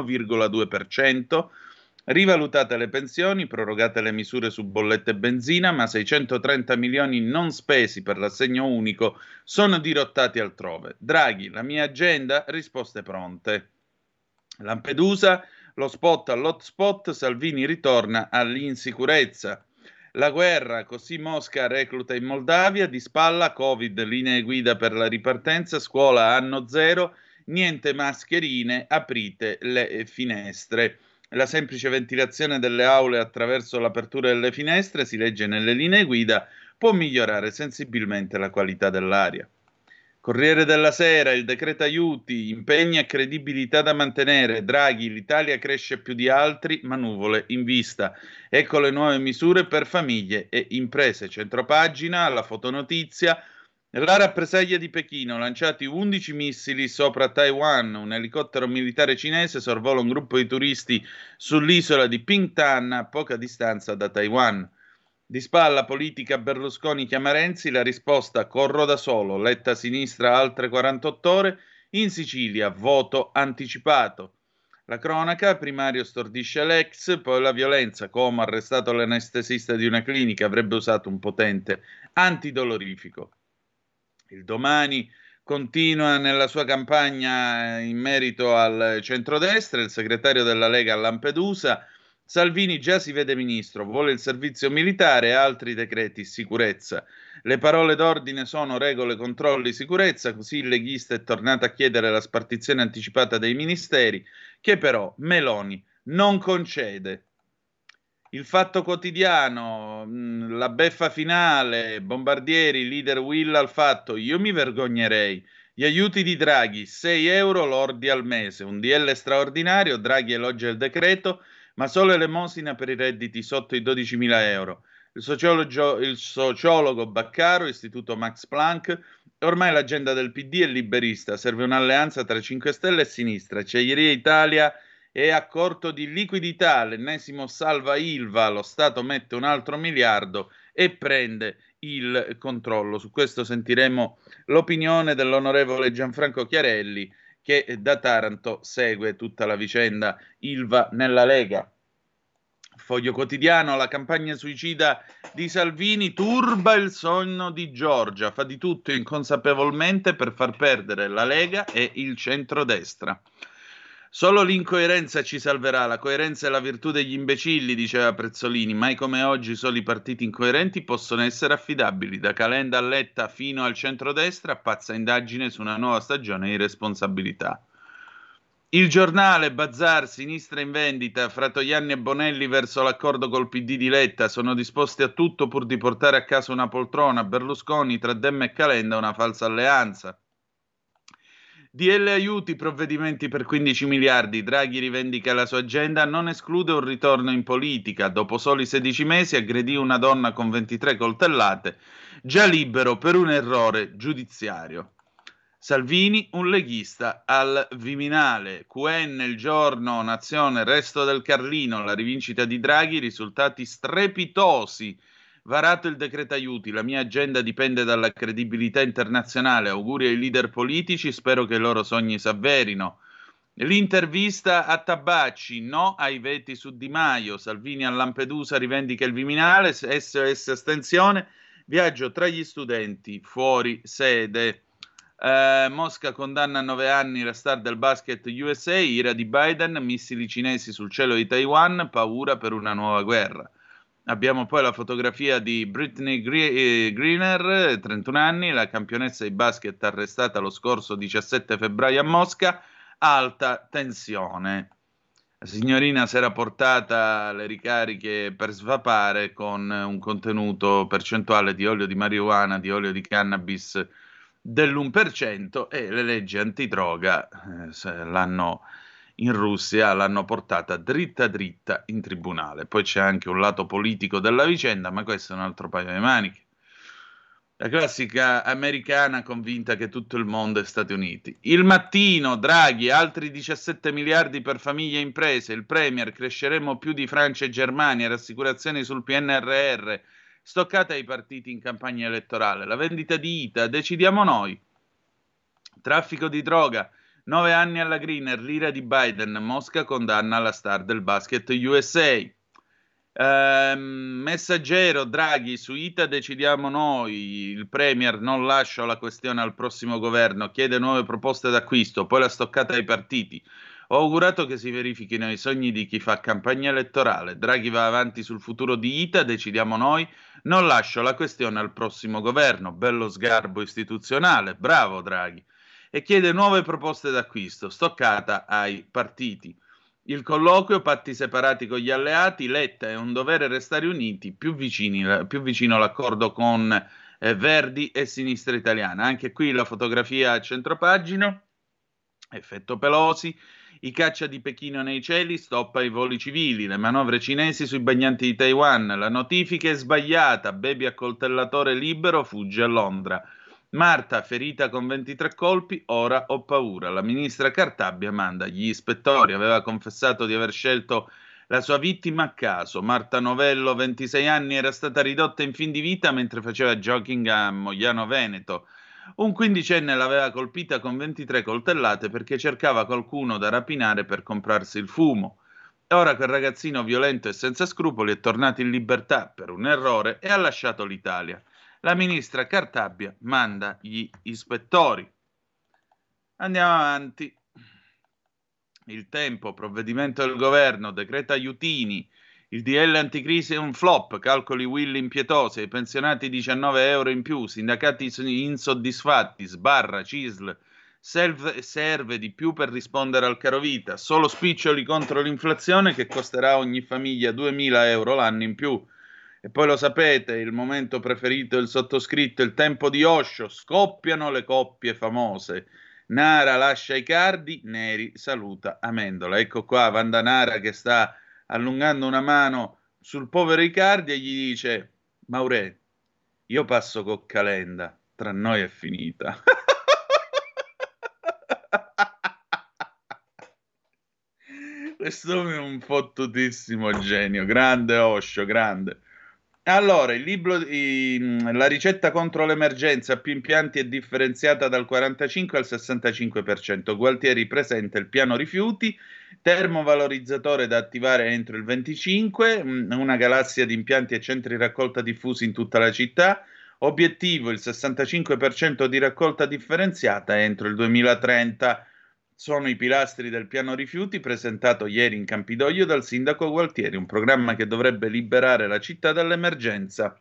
dell'1,2%, rivalutate le pensioni, prorogate le misure su bollette e benzina, ma 630 milioni non spesi per l'assegno unico sono dirottati altrove. Draghi, la mia agenda, risposte pronte. Lampedusa, lo spot all'hotspot, Salvini ritorna all'insicurezza. La guerra, così Mosca recluta in Moldavia, di spalla Covid, linee guida per la ripartenza, scuola anno zero, niente mascherine, aprite le finestre. La semplice ventilazione delle aule attraverso l'apertura delle finestre, si legge nelle linee guida, può migliorare sensibilmente la qualità dell'aria. Corriere della Sera, il decreto aiuti, impegni e credibilità da mantenere. Draghi, l'Italia cresce più di altri, ma nuvole in vista. Ecco le nuove misure per famiglie e imprese. Centropagina, la fotonotizia. La rappresaglia di Pechino, lanciati 11 missili sopra Taiwan. Un elicottero militare cinese sorvola un gruppo di turisti sull'isola di Pingtan, a poca distanza da Taiwan. Di spalla politica Berlusconi chiama Renzi, la risposta corro da solo, Letta sinistra altre 48 ore, in Sicilia voto anticipato. La cronaca, primario stordisce l'ex, poi la violenza, Como arrestato l'anestesista di una clinica, avrebbe usato un potente antidolorifico. Il Domani continua nella sua campagna in merito al centrodestra, il segretario della Lega a Lampedusa, Salvini già si vede ministro, vuole il servizio militare e altri decreti sicurezza. Le parole d'ordine sono regole, controlli, sicurezza, così il leghista è tornato a chiedere la spartizione anticipata dei ministeri, che però Meloni non concede. Il Fatto Quotidiano, la beffa finale, Bombardieri, leader Will al Fatto, io mi vergognerei. Gli aiuti di Draghi, 6 euro lordi al mese, un DL straordinario, Draghi elogia il decreto, ma solo elemosina per i redditi sotto i 12.000 euro. Il sociologo Baccaro, Istituto Max Planck, ormai l'agenda del PD è liberista, serve un'alleanza tra 5 Stelle e Sinistra. Acciaieria Italia è a corto di liquidità, l'ennesimo salva Ilva, lo Stato mette un altro miliardo e prende il controllo. Su questo sentiremo l'opinione dell'onorevole Gianfranco Chiarelli, che da Taranto segue tutta la vicenda Ilva nella Lega. Foglio Quotidiano, la campagna suicida di Salvini turba il sonno di Giorgia, fa di tutto inconsapevolmente per far perdere la Lega e il centrodestra. Solo l'incoerenza ci salverà, la coerenza è la virtù degli imbecilli, diceva Prezzolini, mai come oggi solo i partiti incoerenti possono essere affidabili, da Calenda a Letta fino al centrodestra, pazza indagine su una nuova stagione di irresponsabilità. Il Giornale, Bazzar, sinistra in vendita, Fratoianni e Bonelli verso l'accordo col PD di Letta, sono disposti a tutto pur di portare a casa una poltrona, Berlusconi tra Dem e Calenda una falsa alleanza. DL aiuti, provvedimenti per 15 miliardi, Draghi rivendica la sua agenda, non esclude un ritorno in politica, dopo soli 16 mesi aggredì una donna con 23 coltellate, già libero per un errore giudiziario. Salvini, un leghista al Viminale, QN, Il Giorno, Nazione, Resto del Carlino, la rivincita di Draghi, risultati strepitosi. Varato il decreto aiuti, la mia agenda dipende dalla credibilità internazionale, auguri ai leader politici, spero che i loro sogni s'avverino. L'intervista a Tabacci, no ai veti su Di Maio, Salvini a Lampedusa rivendica il Viminale, SOS astensione, viaggio tra gli studenti fuori sede. Mosca condanna a 9 anni la star del basket USA, ira di Biden, missili cinesi sul cielo di Taiwan, paura per una nuova guerra. Abbiamo poi la fotografia di Brittany Griner, 31 anni, la campionessa di basket arrestata lo scorso 17 febbraio a Mosca, alta tensione. La signorina si era portata le ricariche per svapare con un contenuto percentuale di olio di marijuana, di olio di cannabis dell'1% e le leggi antidroga in Russia l'hanno portata dritta dritta in tribunale. Poi c'è anche un lato politico della vicenda, ma questo è un altro paio di maniche. La classica americana convinta che tutto il mondo è Stati Uniti. Il Mattino, Draghi, altri 17 miliardi per famiglie e imprese, il Premier, cresceremo più di Francia e Germania, rassicurazioni sul PNRR, stoccata ai partiti in campagna elettorale, la vendita di ITA, decidiamo noi. Traffico di droga, 9 anni alla Griner, l'ira di Biden, Mosca condanna la star del basket USA. Messaggero, Draghi, su ITA decidiamo noi, il Premier non lascia la questione al prossimo governo, chiede nuove proposte d'acquisto, poi la stoccata ai partiti. Ho augurato che si verifichino i sogni di chi fa campagna elettorale. Draghi va avanti sul futuro di ITA, decidiamo noi, non lascio la questione al prossimo governo. Bello sgarbo istituzionale, bravo Draghi. E chiede nuove proposte d'acquisto, stoccata ai partiti. Il colloquio, patti separati con gli alleati, Letta è un dovere restare uniti, più vicino l'accordo con Verdi e Sinistra Italiana. Anche qui la fotografia a centropagina, effetto Pelosi. I caccia di Pechino nei cieli, stop ai voli civili, le manovre cinesi sui bagnanti di Taiwan, la notifica è sbagliata, baby accoltellatore libero fugge a Londra. Marta, ferita con 23 colpi, ora ho paura. La ministra Cartabia manda gli ispettori, aveva confessato di aver scelto La sua vittima a caso, Marta Novello, 26 anni, era stata ridotta in fin di vita mentre faceva jogging a Mogliano Veneto. Un quindicenne l'aveva colpita con 23 coltellate perché cercava qualcuno da rapinare per comprarsi il fumo. E ora quel ragazzino violento e senza scrupoli è tornato in libertà per un errore e ha lasciato l'Italia. La ministra Cartabia manda gli ispettori. Andiamo avanti. Il Tempo, provvedimento del governo, decreto aiutini, il DL anticrisi è un flop, calcoli Willy impietosi, ai pensionati 19 euro in più, sindacati insoddisfatti, sbarra, CISL, serve di più per rispondere al carovita, solo spiccioli contro l'inflazione che costerà a ogni famiglia 2.000 euro l'anno in più. E poi lo sapete, il momento preferito del sottoscritto, il tempo di Osho, scoppiano le coppie famose. Nara lascia i cardi, Neri saluta Amendola. Ecco qua Wanda Nara che sta allungando una mano sul povero Icardi e gli dice: Maurè, io passo con Calenda, tra noi è finita. Questo è un fottutissimo genio, grande Osho, grande. Allora, la ricetta contro l'emergenza, più impianti è differenziata dal 45 al 65%. Gualtieri presenta il piano rifiuti, termovalorizzatore da attivare entro il 25, una galassia di impianti e centri raccolta diffusi in tutta la città. Obiettivo il 65% di raccolta differenziata entro il 2030. Sono i pilastri del piano rifiuti presentato ieri in Campidoglio dal sindaco Gualtieri, un programma che dovrebbe liberare la città dall'emergenza.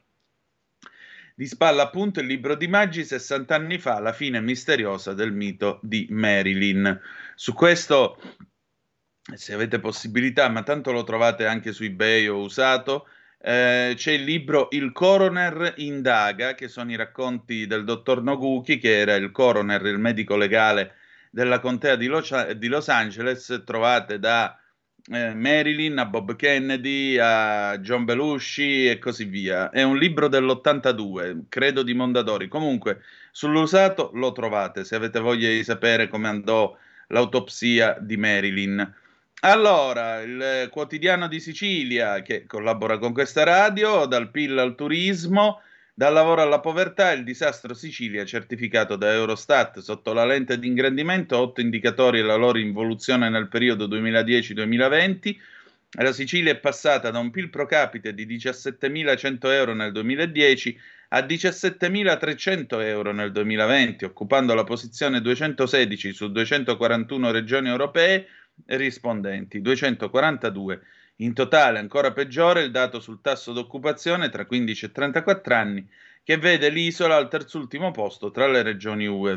Di spalla appunto il libro di Maggi, 60 anni fa, la fine misteriosa del mito di Marilyn. Su questo, se avete possibilità, ma tanto lo trovate anche su eBay o usato, c'è il libro Il Coroner indaga, che sono i racconti del dottor Noguchi, che era il coroner, il medico legale della contea di Los Angeles. Trovate da Marilyn a Bob Kennedy a John Belushi e così via. È un libro dell'82, credo di Mondadori. Comunque sull'usato lo trovate se avete voglia di sapere come andò l'autopsia di Marilyn. Allora, il Quotidiano di Sicilia, che collabora con questa radio, dal PIL al turismo, dal lavoro alla povertà, il disastro Sicilia certificato da Eurostat. Sotto la lente di ingrandimento, 8 indicatori e la loro involuzione nel periodo 2010-2020. La Sicilia è passata da un PIL pro capite di 17.100 euro nel 2010 a 17.300 euro nel 2020, occupando la posizione 216 su 241 regioni europee rispondenti, 242. In totale, ancora peggiore, il dato sul tasso d'occupazione tra 15 e 34 anni, che vede l'isola al terzultimo posto tra le regioni UE,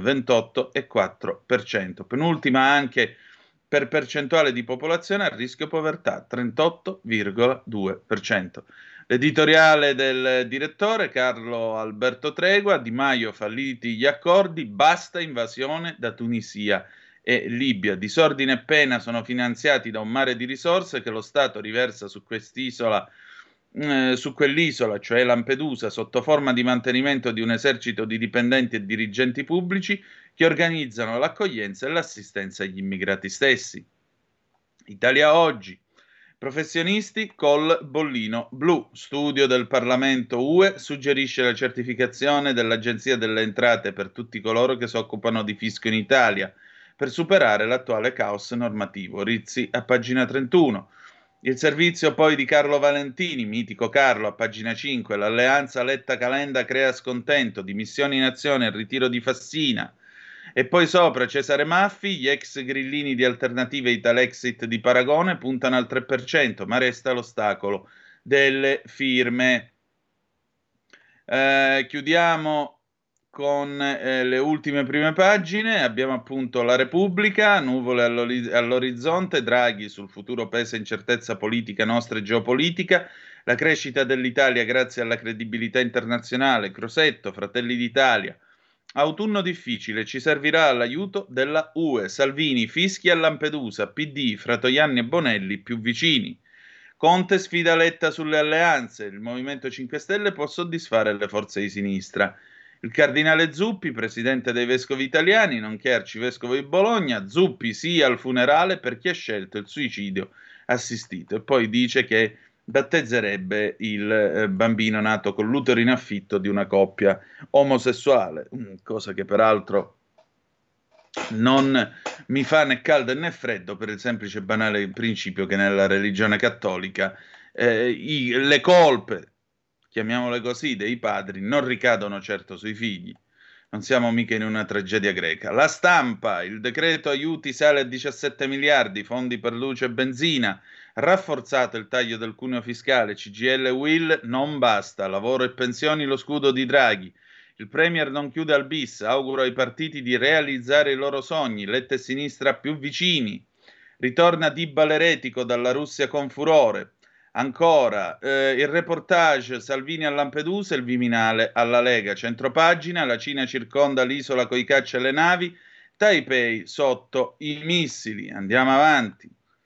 28,4%. Penultima anche per percentuale di popolazione a rischio povertà, 38,2%. L'editoriale del direttore Carlo Alberto Tregua: Di Maio, falliti gli accordi, basta invasione da Tunisia e Libia. Disordine e pena sono finanziati da un mare di risorse che lo Stato riversa su quest'isola, su quell'isola, cioè Lampedusa, sotto forma di mantenimento di un esercito di dipendenti e dirigenti pubblici che organizzano l'accoglienza e l'assistenza agli immigrati stessi. Italia Oggi: professionisti col bollino blu. Studio del Parlamento UE suggerisce la certificazione dell'Agenzia delle Entrate per tutti coloro che si occupano di fisco in Italia, per superare l'attuale caos normativo. Rizzi a pagina 31. Il servizio poi di Carlo Valentini, mitico Carlo, a pagina 5. L'alleanza Letta-Calenda crea scontento, dimissioni in azione e ritiro di Fassina. E poi sopra Cesare Maffi: gli ex grillini di Alternative Italexit di Paragone puntano al 3%, ma resta l'ostacolo delle firme. Chiudiamo con le ultime prime pagine. Abbiamo appunto La Repubblica, nuvole all'orizzonte, Draghi sul futuro pesa incertezza politica nostra e geopolitica, la crescita dell'Italia grazie alla credibilità internazionale, Crosetto, Fratelli d'Italia, autunno difficile, ci servirà l'aiuto della UE, Salvini, fischi a Lampedusa, PD, Fratoianni e Bonelli più vicini, Conte sfida Letta sulle alleanze, il Movimento 5 Stelle può soddisfare le forze di sinistra. Il cardinale Zuppi, presidente dei vescovi italiani, nonché arcivescovo di Bologna: Zuppi sì al funerale per chi ha scelto il suicidio assistito, e poi dice che battezzerebbe il bambino nato con l'utero in affitto di una coppia omosessuale, cosa che peraltro non mi fa né caldo né freddo, per il semplice e banale principio che nella religione cattolica le colpe, chiamiamole così, dei padri non ricadono certo sui figli. Non siamo mica in una tragedia greca. La Stampa, il decreto aiuti sale a 17 miliardi, fondi per luce e benzina, rafforzato il taglio del cuneo fiscale, CGIL e Will, non basta, lavoro e pensioni lo scudo di Draghi. Il Premier non chiude al bis, auguro ai partiti di realizzare i loro sogni, Letta e sinistra più vicini. Ritorna Dibba l'eretico dalla Russia con furore. Ancora, il reportage Salvini a Lampedusa, il Viminale alla Lega, centropagina, la Cina circonda l'isola coi caccia e le navi, Taipei sotto i missili. Andiamo avanti.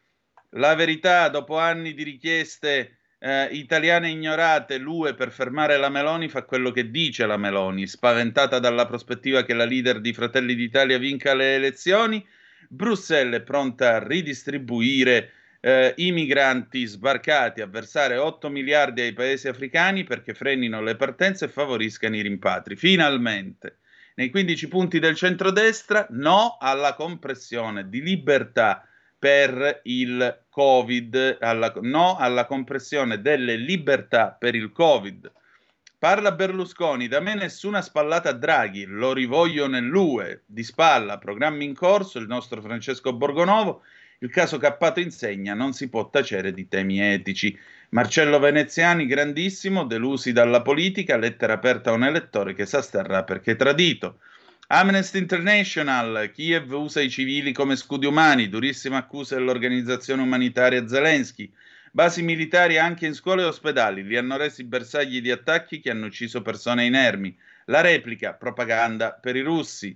La Verità, dopo anni di richieste italiane ignorate, l'UE per fermare la Meloni fa quello che dice la Meloni, spaventata dalla prospettiva che la leader di Fratelli d'Italia vinca le elezioni, Bruxelles è pronta a ridistribuire i migranti sbarcati, a versare 8 miliardi ai paesi africani perché frenino le partenze e favoriscano i rimpatri. Finalmente, nei 15 punti del centrodestra, no alla compressione di libertà per il Covid, no alla compressione delle libertà per il Covid. Parla Berlusconi, da me nessuna spallata a Draghi, lo rivoglio nell'UE, di spalla, programmi in corso, il nostro Francesco Borgonovo. Il caso Cappato insegna, non si può tacere di temi etici. Marcello Veneziani, grandissimo, delusi dalla politica, lettera aperta a un elettore che s'asterrà perché tradito. Amnesty International, Kiev usa i civili come scudi umani, durissima accusa dell'organizzazione umanitaria Zelensky. Basi militari anche in scuole e ospedali, li hanno resi bersagli di attacchi che hanno ucciso persone inermi. La replica, propaganda per i russi.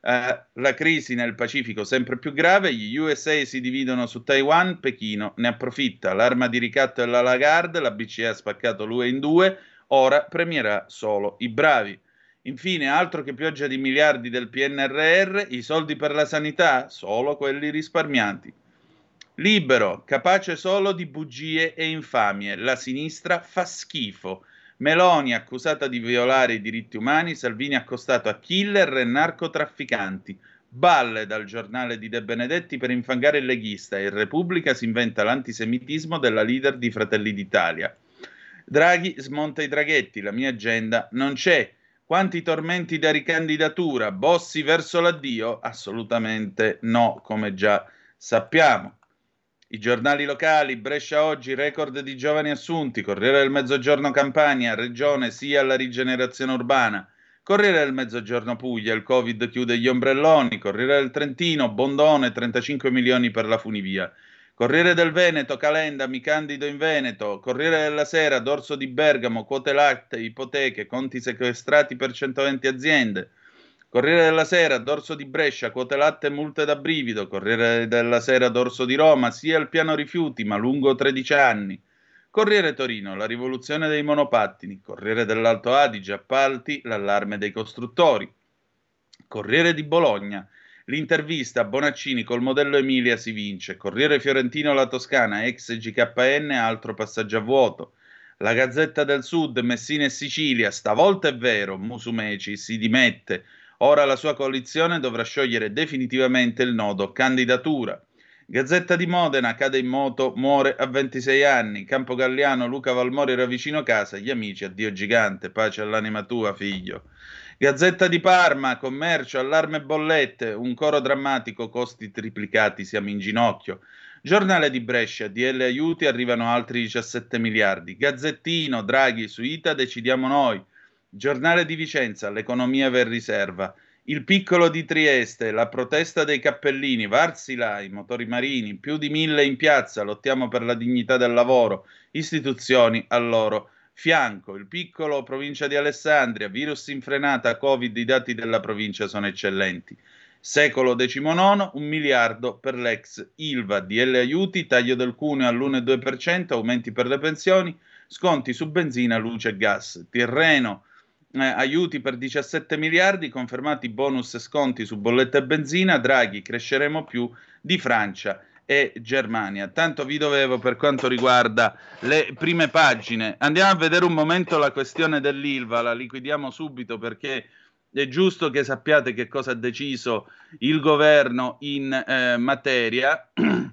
La crisi nel Pacifico sempre più grave, gli USA si dividono su Taiwan, Pechino ne approfitta, l'arma di ricatto è la Lagarde, la BCE ha spaccato l'UE in due, ora premierà solo i bravi. Infine, altro che pioggia di miliardi del PNRR, i soldi per la sanità, solo quelli risparmiati. Libero, capace solo di bugie e infamie, la sinistra fa schifo. Meloni accusata di violare i diritti umani, Salvini accostato a killer e narcotrafficanti. Balle dal giornale di De Benedetti per infangare il leghista e Repubblica si inventa l'antisemitismo della leader di Fratelli d'Italia. Draghi smonta i draghetti, la mia agenda non c'è. Quanti tormenti da ricandidatura, Bossi verso l'addio? Assolutamente no, come già sappiamo. I giornali locali, Brescia oggi, record di giovani assunti, Corriere del Mezzogiorno Campania, Regione sì alla rigenerazione urbana, Corriere del Mezzogiorno Puglia, il Covid chiude gli ombrelloni, Corriere del Trentino, Bondone, 35 milioni per la funivia, Corriere del Veneto, Calenda, mi candido in Veneto, Corriere della Sera, Dorso di Bergamo, quote latte, ipoteche, conti sequestrati per 120 aziende, Corriere della Sera, Dorso di Brescia, quote latte, multe da brivido. Corriere della Sera, Dorso di Roma, sia il piano rifiuti, ma lungo 13 anni. Corriere Torino, la rivoluzione dei monopattini. Corriere dell'Alto Adige, appalti, l'allarme dei costruttori. Corriere di Bologna, l'intervista a Bonaccini col modello Emilia si vince. Corriere Fiorentino, la Toscana, ex GKN, altro passaggio a vuoto. La Gazzetta del Sud, Messina e Sicilia, stavolta è vero, Musumeci si dimette. Ora la sua coalizione dovrà sciogliere definitivamente il nodo candidatura. Gazzetta di Modena, cade in moto, muore a 26 anni. Campo Galliano, Luca Valmori era vicino casa, gli amici, addio gigante, pace all'anima tua, figlio. Gazzetta di Parma, commercio, allarme bollette, un coro drammatico, costi triplicati, siamo in ginocchio. Giornale di Brescia, DL aiuti, arrivano altri 17 miliardi. Gazzettino, Draghi, su ITA decidiamo noi. Giornale di Vicenza, l'economia va in riserva. Il Piccolo di Trieste, la protesta dei cappellini, Varsila, motori marini, più di 1000 in piazza, lottiamo per la dignità del lavoro, istituzioni al loro fianco. Il Piccolo, provincia di Alessandria, virus in frenata, Covid, i dati della provincia sono eccellenti. Secolo XIX, 1 miliardo per l'ex Ilva, DL aiuti, taglio del cuneo all'1,2%, aumenti per le pensioni, sconti su benzina, luce e gas. Tirreno, aiuti per 17 miliardi, confermati bonus e sconti su bolletta e benzina, Draghi, cresceremo più di Francia e Germania. Tanto vi dovevo, per quanto riguarda le prime pagine. Andiamo a vedere un momento la questione dell'Ilva, la liquidiamo subito perché è giusto che sappiate che cosa ha deciso il governo in materia.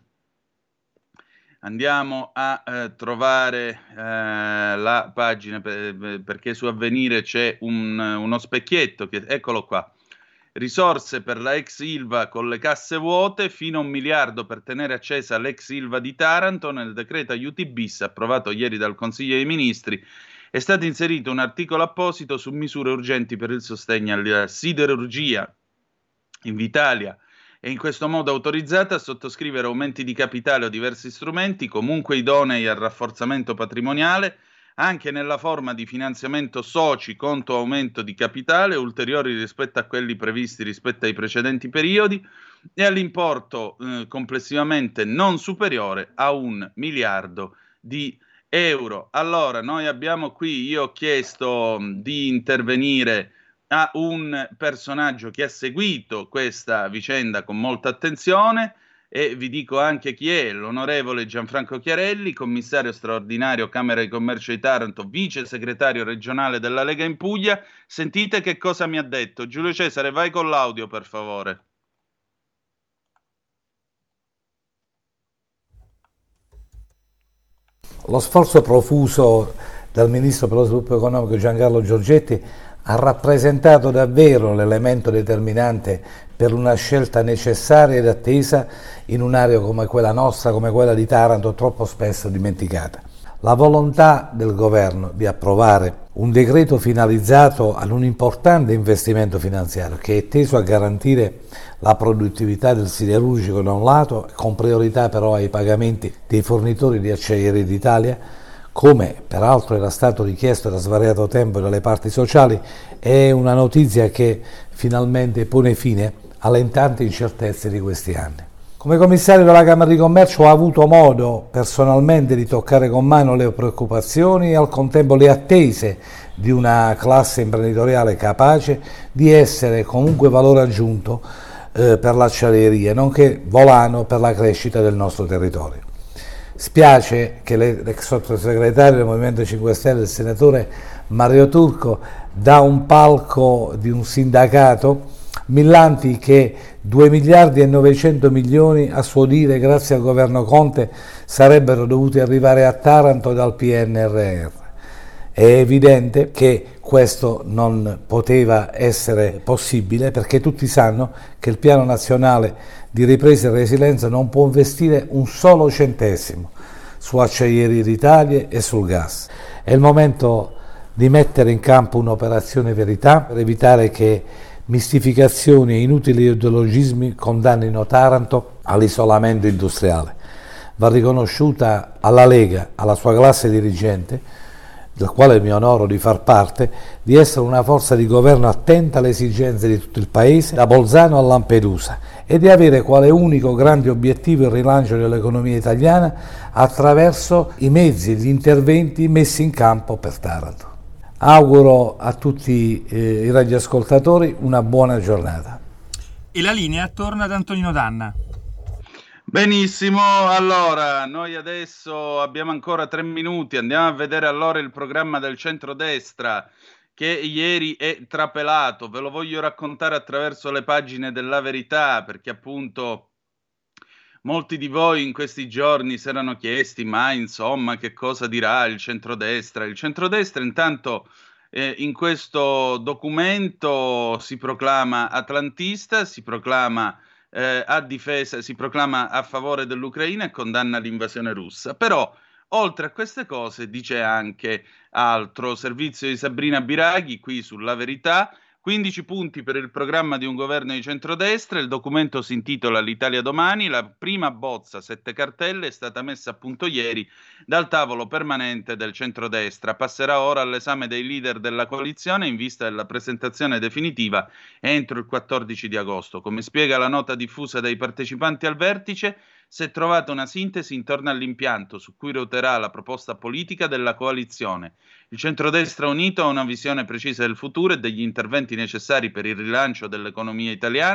Andiamo a trovare la pagina perché su Avvenire c'è uno specchietto, eccolo qua. Risorse per la ex Ilva con le casse vuote, fino a 1 miliardo per tenere accesa l'ex Ilva di Taranto. Nel decreto aiuti bis approvato ieri dal Consiglio dei Ministri è stato inserito un articolo apposito su misure urgenti per il sostegno alla siderurgia. Invitalia è in questo modo autorizzata a sottoscrivere aumenti di capitale o diversi strumenti comunque idonei al rafforzamento patrimoniale, anche nella forma di finanziamento soci conto aumento di capitale ulteriori rispetto a quelli previsti rispetto ai precedenti periodi e all'importo complessivamente non superiore a 1 miliardo di euro. Allora, noi abbiamo qui, io ho chiesto di intervenire a un personaggio che ha seguito questa vicenda con molta attenzione, e vi dico anche chi è: l'onorevole Gianfranco Chiarelli, commissario straordinario Camera di Commercio di Taranto, vice segretario regionale della Lega in Puglia. Sentite che cosa mi ha detto. Giulio Cesare, vai con l'audio per favore. Lo sforzo profuso dal Ministro per lo Sviluppo Economico Giancarlo Giorgetti ha rappresentato davvero l'elemento determinante per una scelta necessaria ed attesa in un'area come quella nostra, come quella di Taranto, troppo spesso dimenticata. La volontà del governo di approvare un decreto finalizzato ad un importante investimento finanziario che è teso a garantire la produttività del siderurgico da un lato, con priorità però ai pagamenti dei fornitori di Acciaierie d'Italia, come peraltro era stato richiesto da svariato tempo dalle parti sociali, è una notizia che finalmente pone fine alle tante incertezze di questi anni. Come commissario della Camera di Commercio ho avuto modo personalmente di toccare con mano le preoccupazioni e al contempo le attese di una classe imprenditoriale capace di essere comunque valore aggiunto per l'acciaieria, nonché volano per la crescita del nostro territorio. Spiace che l'ex sottosegretario del Movimento 5 Stelle, il senatore Mario Turco, da un palco di un sindacato millanti che 2 miliardi e 900 milioni, a suo dire, grazie al governo Conte, sarebbero dovuti arrivare a Taranto dal PNRR. È evidente che questo non poteva essere possibile, perché tutti sanno che il Piano Nazionale di Ripresa e Resilienza non può investire un solo centesimo su Acciaierie d'Italia e sul gas. È il momento di mettere in campo un'operazione verità per evitare che mistificazioni e inutili ideologismi condannino Taranto all'isolamento industriale. Va riconosciuta alla Lega, alla sua classe dirigente, del quale mi onoro di far parte, di essere una forza di governo attenta alle esigenze di tutto il Paese, da Bolzano a Lampedusa, e di avere quale unico grande obiettivo il rilancio dell'economia italiana attraverso i mezzi e gli interventi messi in campo per Taranto. Auguro a tutti i radioascoltatori una buona giornata. E la linea torna ad Antonino Danna. Benissimo, allora noi adesso abbiamo ancora 3 minuti, andiamo a vedere allora il programma del centrodestra che ieri è trapelato. Ve lo voglio raccontare attraverso le pagine della Verità, perché appunto molti di voi in questi giorni si erano chiesti ma insomma che cosa dirà il centrodestra. Il centrodestra intanto in questo documento si proclama atlantista, si proclama a difesa, si proclama a favore dell'Ucraina e condanna l'invasione russa. Però oltre a queste cose dice anche altro. Servizio di Sabrina Biraghi qui sulla Verità: 15 punti per il programma di un governo di centrodestra. Il documento si intitola L'Italia domani. La prima bozza, 7 cartelle, è stata messa a punto ieri dal tavolo permanente del centrodestra. Passerà ora all'esame dei leader della coalizione in vista della presentazione definitiva entro il 14 di agosto. Come spiega la nota diffusa dai partecipanti al vertice, si è trovata una sintesi intorno all'impianto su cui ruoterà la proposta politica della coalizione. Il centrodestra unito ha una visione precisa del futuro e degli interventi necessari per il rilancio dell'economia italiana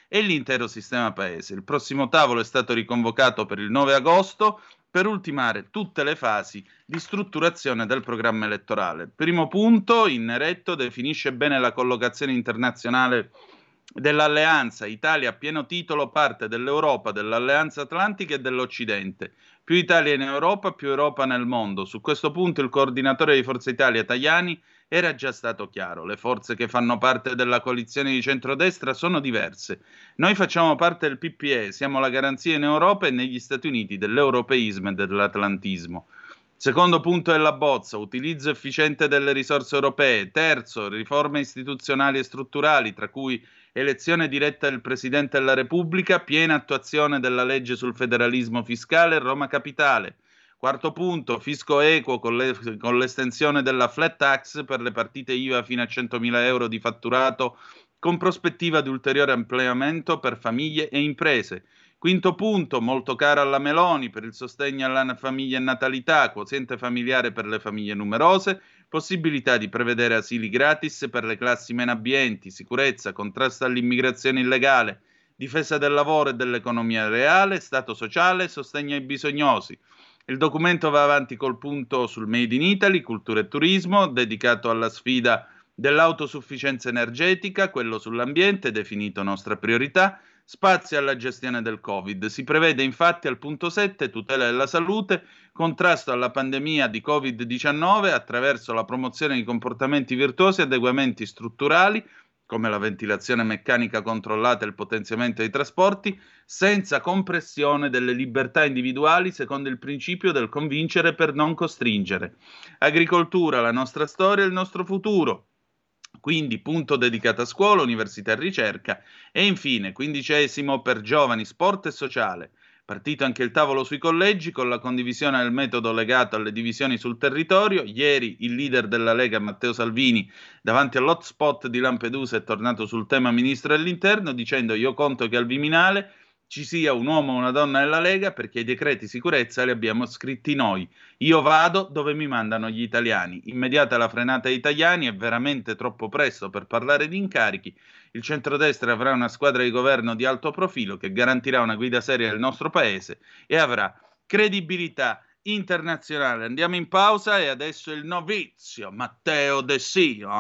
e l'intero sistema paese. Il prossimo tavolo è stato riconvocato per il 9 agosto per ultimare tutte le fasi di strutturazione del programma elettorale. Il primo punto, in eretto, definisce bene la collocazione internazionale dell'alleanza. Italia a pieno titolo parte dell'Europa, dell'alleanza atlantica e dell'Occidente. Più Italia in Europa, più Europa nel mondo. Su questo punto il coordinatore di Forza Italia, Tajani, era già stato chiaro. Le forze che fanno parte della coalizione di centrodestra sono diverse. Noi facciamo parte del PPE, siamo la garanzia in Europa e negli Stati Uniti dell'europeismo e dell'atlantismo. Secondo punto della bozza, utilizzo efficiente delle risorse europee. Terzo, riforme istituzionali e strutturali, tra cui elezione diretta del Presidente della Repubblica, piena attuazione della legge sul federalismo fiscale, Roma Capitale. Quarto punto, fisco equo con l'estensione della flat tax per le partite IVA fino a 100.000 euro di fatturato, con prospettiva di ulteriore ampliamento per famiglie e imprese. Quinto punto, molto caro alla Meloni, per il sostegno alla famiglia e natalità, quoziente familiare per le famiglie numerose, possibilità di prevedere asili gratis per le classi meno abbienti, sicurezza, contrasto all'immigrazione illegale, difesa del lavoro e dell'economia reale, stato sociale, sostegno ai bisognosi. Il documento va avanti col punto sul Made in Italy, cultura e turismo, dedicato alla sfida dell'autosufficienza energetica, quello sull'ambiente, definito nostra priorità, spazio alla gestione del Covid. Si prevede infatti al punto 7 tutela della salute, contrasto alla pandemia di Covid-19 attraverso la promozione di comportamenti virtuosi e adeguamenti strutturali, come la ventilazione meccanica controllata e il potenziamento dei trasporti, senza compressione delle libertà individuali secondo il principio del convincere per non costringere. Agricoltura, la nostra storia e il nostro futuro. Quindi punto dedicato a scuola, università e ricerca. E infine, 15° per giovani, sport e sociale. Partito anche il tavolo sui collegi con la condivisione del metodo legato alle divisioni sul territorio. Ieri il leader della Lega, Matteo Salvini, davanti all'hotspot di Lampedusa è tornato sul tema ministro dell'interno dicendo: io conto che al Viminale ci sia un uomo o una donna nella Lega perché i decreti sicurezza li abbiamo scritti noi. Io vado dove mi mandano gli italiani. Immediata la frenata degli italiani, è veramente troppo presto per parlare di incarichi. Il centrodestra avrà una squadra di governo di alto profilo che garantirà una guida seria del nostro paese e avrà credibilità internazionale. Andiamo in pausa e adesso il novizio Matteo De Sio,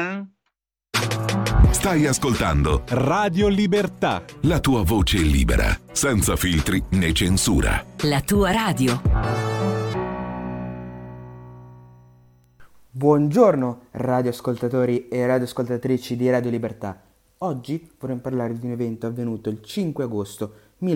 Stai ascoltando Radio Libertà, la tua voce libera, senza filtri né censura. La tua radio. Buongiorno radioascoltatori e radioascoltatrici di Radio Libertà. Oggi vorremmo parlare di un evento avvenuto il 5 agosto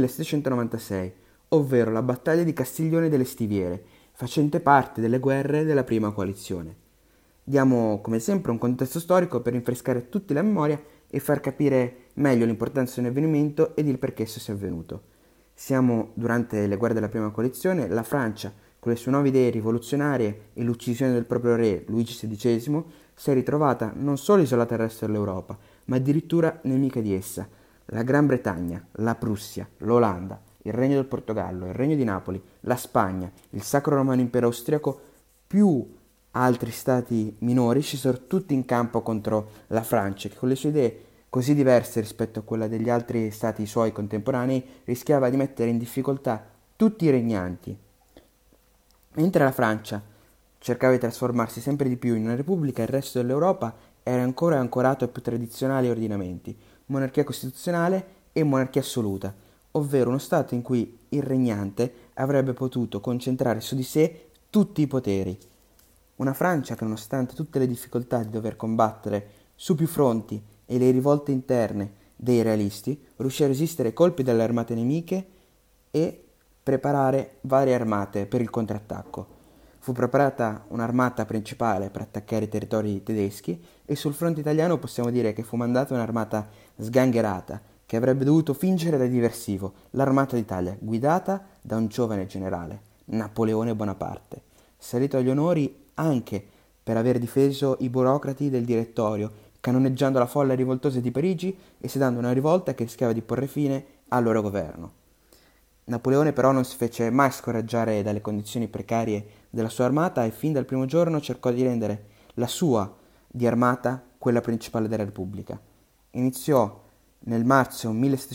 1796, ovvero la battaglia di Castiglione delle Stiviere, facente parte delle guerre della prima coalizione. Diamo come sempre un contesto storico per rinfrescare tutti la memoria e far capire meglio l'importanza di un avvenimento ed il perché esso sia avvenuto. Siamo durante le guerre della prima coalizione, la Francia, con le sue nuove idee rivoluzionarie e l'uccisione del proprio re Luigi XVI, si è ritrovata non solo isolata dal resto dell'Europa, ma addirittura nemica di essa. La Gran Bretagna, la Prussia, l'Olanda, il Regno del Portogallo, il Regno di Napoli, la Spagna, il Sacro Romano Impero Austriaco, più altri stati minori scesero tutti in campo contro la Francia, che con le sue idee così diverse rispetto a quella degli altri stati suoi contemporanei rischiava di mettere in difficoltà tutti i regnanti. Mentre la Francia cercava di trasformarsi sempre di più in una repubblica, il resto dell'Europa era ancora ancorato ai più tradizionali ordinamenti, monarchia costituzionale e monarchia assoluta, ovvero uno stato in cui il regnante avrebbe potuto concentrare su di sé tutti i poteri. Una Francia che, nonostante tutte le difficoltà di dover combattere su più fronti e le rivolte interne dei realisti, riuscì a resistere ai colpi delle armate nemiche e preparare varie armate per il contrattacco. Fu preparata un'armata principale per attaccare i territori tedeschi e sul fronte italiano possiamo dire che fu mandata un'armata sgangherata che avrebbe dovuto fingere da diversivo, l'Armata d'Italia, guidata da un giovane generale, Napoleone Bonaparte, salito agli onori anche per aver difeso i burocrati del direttorio, cannoneggiando la folla rivoltosa di Parigi e sedando una rivolta che rischiava di porre fine al loro governo. Napoleone però non si fece mai scoraggiare dalle condizioni precarie della sua armata e fin dal primo giorno cercò di rendere la sua di armata quella principale della Repubblica. Iniziò nel marzo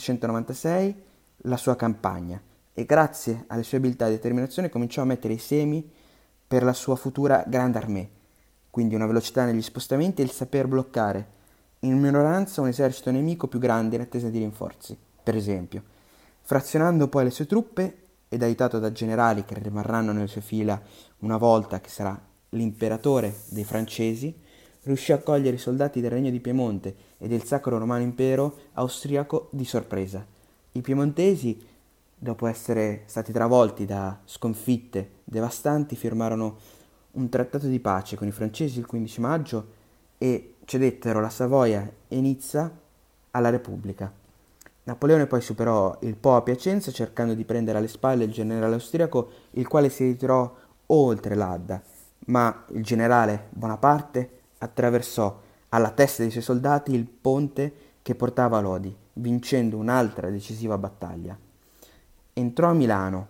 1796 la sua campagna e grazie alle sue abilità e determinazione cominciò a mettere i semi per la sua futura grande armée, quindi una velocità negli spostamenti e il saper bloccare in minoranza un esercito nemico più grande in attesa di rinforzi, per esempio. Frazionando poi le sue truppe ed aiutato da generali che rimarranno nelle sue fila una volta che sarà l'imperatore dei francesi, riuscì a cogliere i soldati del Regno di Piemonte e del Sacro Romano Impero austriaco di sorpresa. I piemontesi, dopo essere stati travolti da sconfitte devastanti, firmarono un trattato di pace con i francesi il 15 maggio e cedettero la Savoia e Nizza alla Repubblica. Napoleone poi superò il Po a Piacenza cercando di prendere alle spalle il generale austriaco, il quale si ritirò oltre l'Adda, ma il generale Bonaparte attraversò alla testa dei suoi soldati il ponte che portava a Lodi, vincendo un'altra decisiva battaglia. Entrò a Milano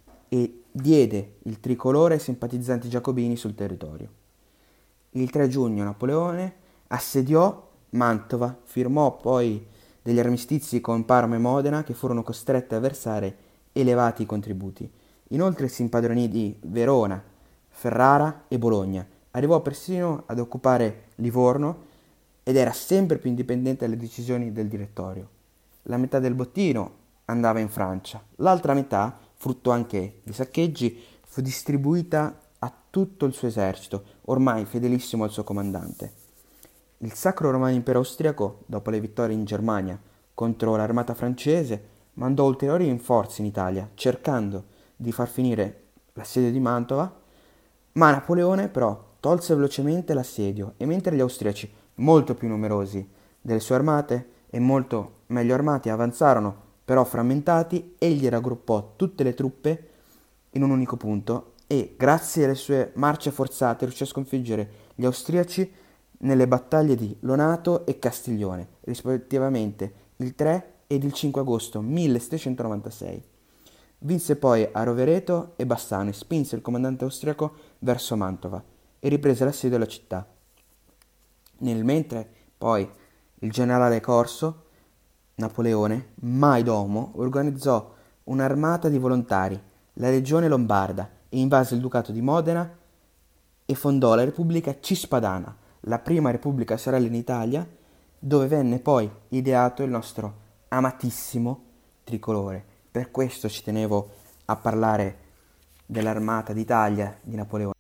e diede il tricolore ai simpatizzanti giacobini sul territorio. Il 3 giugno Napoleone assediò Mantova, firmò poi degli armistizi con Parma e Modena che furono costrette a versare elevati contributi. Inoltre si impadronì di Verona, Ferrara e Bologna. Arrivò persino ad occupare Livorno ed era sempre più indipendente dalle decisioni del direttorio. La metà del bottino andava in Francia, l'altra metà, frutto anche di saccheggi, fu distribuita a tutto il suo esercito, ormai fedelissimo al suo comandante. Il Sacro Romano Impero austriaco, dopo le vittorie in Germania contro l'armata francese, mandò ulteriori rinforzi in Italia, cercando di far finire l'assedio di Mantova, ma Napoleone però tolse velocemente l'assedio e mentre gli austriaci, molto più numerosi delle sue armate e molto meglio armati, avanzarono però frammentati, egli raggruppò tutte le truppe in un unico punto e, grazie alle sue marce forzate, riuscì a sconfiggere gli austriaci nelle battaglie di Lonato e Castiglione, rispettivamente il 3 ed il 5 agosto 1796. Vinse poi a Rovereto e Bassano e spinse il comandante austriaco verso Mantova e riprese l'assedio della città. Nel mentre, poi, il generale Corso, Napoleone, mai domo, organizzò un'armata di volontari, la Legione Lombarda, e invase il Ducato di Modena e fondò la Repubblica Cispadana, la prima repubblica sorella in Italia, dove venne poi ideato il nostro amatissimo tricolore. Per questo ci tenevo a parlare dell'Armata d'Italia di Napoleone,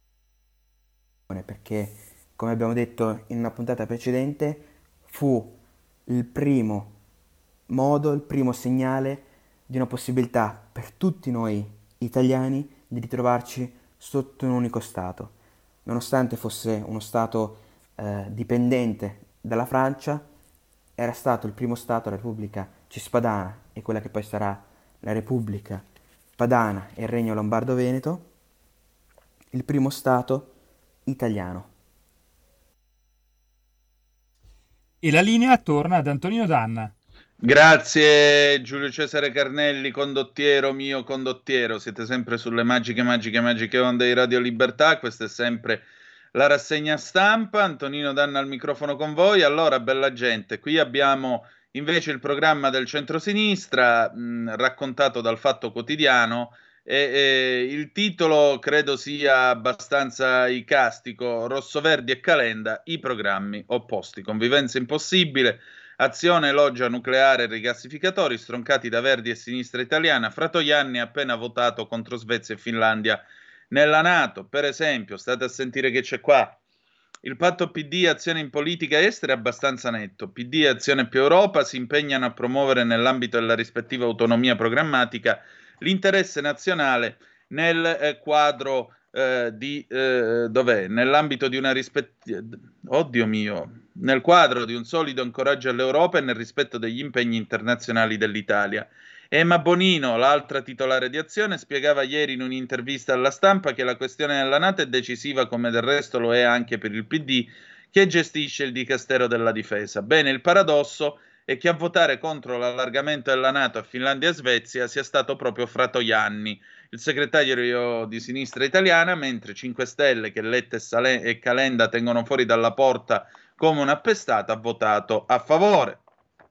perché, come abbiamo detto in una puntata precedente, fu il primo modo, il primo segnale di una possibilità per tutti noi italiani di ritrovarci sotto un unico Stato. Nonostante fosse uno Stato dipendente dalla Francia, era stato il primo Stato, la Repubblica Cispadana e quella che poi sarà la Repubblica Padana e il Regno Lombardo-Veneto, il primo Stato italiano. E la linea torna ad Antonino Danna. Grazie Giulio Cesare Carnelli, condottiero mio condottiero, siete sempre sulle magiche onde di Radio Libertà, questa è sempre la rassegna stampa, Antonino Danna al microfono con voi. Allora, bella gente, qui abbiamo invece il programma del centrosinistra raccontato dal Fatto Quotidiano e il titolo credo sia abbastanza icastico: Rossoverdi e Calenda, i programmi opposti, convivenza impossibile. Azione elogia nucleare e rigassificatori, stroncati da Verdi e Sinistra Italiana. Fratoianni ha appena votato contro Svezia e Finlandia nella NATO. Per esempio, state a sentire che c'è qua. Il patto PD Azione in politica estera è abbastanza netto. PD e Azione più Europa si impegnano a promuovere nell'ambito della rispettiva autonomia programmatica l'interesse nazionale nel quadro nell'ambito di una nel quadro di un solido incoraggio all'Europa e nel rispetto degli impegni internazionali dell'Italia. Emma Bonino, l'altra titolare di Azione, spiegava ieri in un'intervista alla Stampa che la questione della NATO è decisiva, come del resto lo è anche per il PD, che gestisce il Dicastero della Difesa. Bene, il paradosso è che a votare contro l'allargamento della NATO a Finlandia e Svezia sia stato proprio Fratoianni, il segretario di Sinistra Italiana, mentre 5 Stelle, che Letta e Calenda tengono fuori dalla porta come un'appestata, ha votato a favore.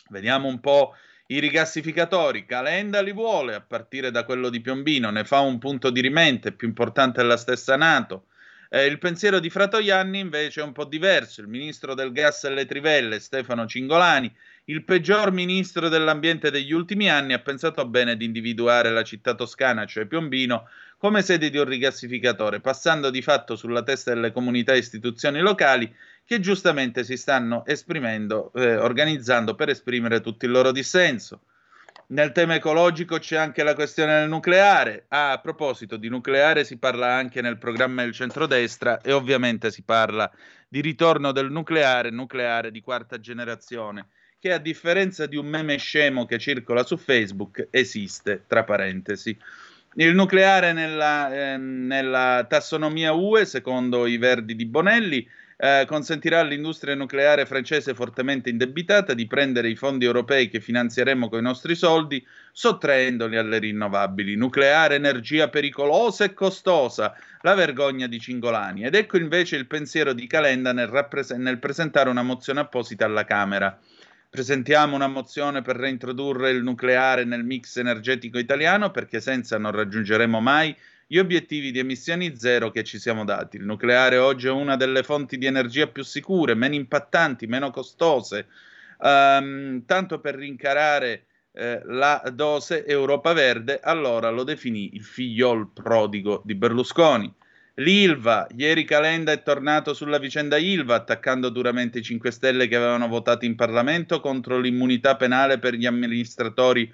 Vediamo un po' i rigassificatori. Calenda li vuole, a partire da quello di Piombino, ne fa un punto di rimente, più importante della stessa NATO. Il pensiero di Fratoianni invece è un po' diverso. Il ministro del gas e le trivelle, Stefano Cingolani, il peggior ministro dell'ambiente degli ultimi anni, ha pensato bene di individuare la città toscana, cioè Piombino, come sede di un rigassificatore, passando di fatto sulla testa delle comunità e istituzioni locali che giustamente si stanno esprimendo, organizzando per esprimere tutto il loro dissenso. Nel tema ecologico c'è anche la questione del nucleare. A proposito di nucleare si parla anche nel programma del centrodestra e ovviamente si parla di ritorno del nucleare di quarta generazione, che a differenza di un meme scemo che circola su Facebook esiste, tra parentesi. Il nucleare nella tassonomia UE, secondo i Verdi di Bonelli, consentirà all'industria nucleare francese fortemente indebitata di prendere i fondi europei che finanzieremo con i nostri soldi, sottraendoli alle rinnovabili. Nucleare, energia pericolosa e costosa, la vergogna di Cingolani. Ed ecco invece il pensiero di Calenda nel presentare una mozione apposita alla Camera. Presentiamo una mozione per reintrodurre il nucleare nel mix energetico italiano, perché senza non raggiungeremo mai gli obiettivi di emissioni zero che ci siamo dati. Il nucleare oggi è una delle fonti di energia più sicure, meno impattanti, meno costose. Tanto per rincarare la dose Europa Verde, allora lo definì il figliol prodigo di Berlusconi. L'Ilva, ieri Calenda è tornato sulla vicenda Ilva, attaccando duramente i 5 Stelle che avevano votato in Parlamento contro l'immunità penale per gli amministratori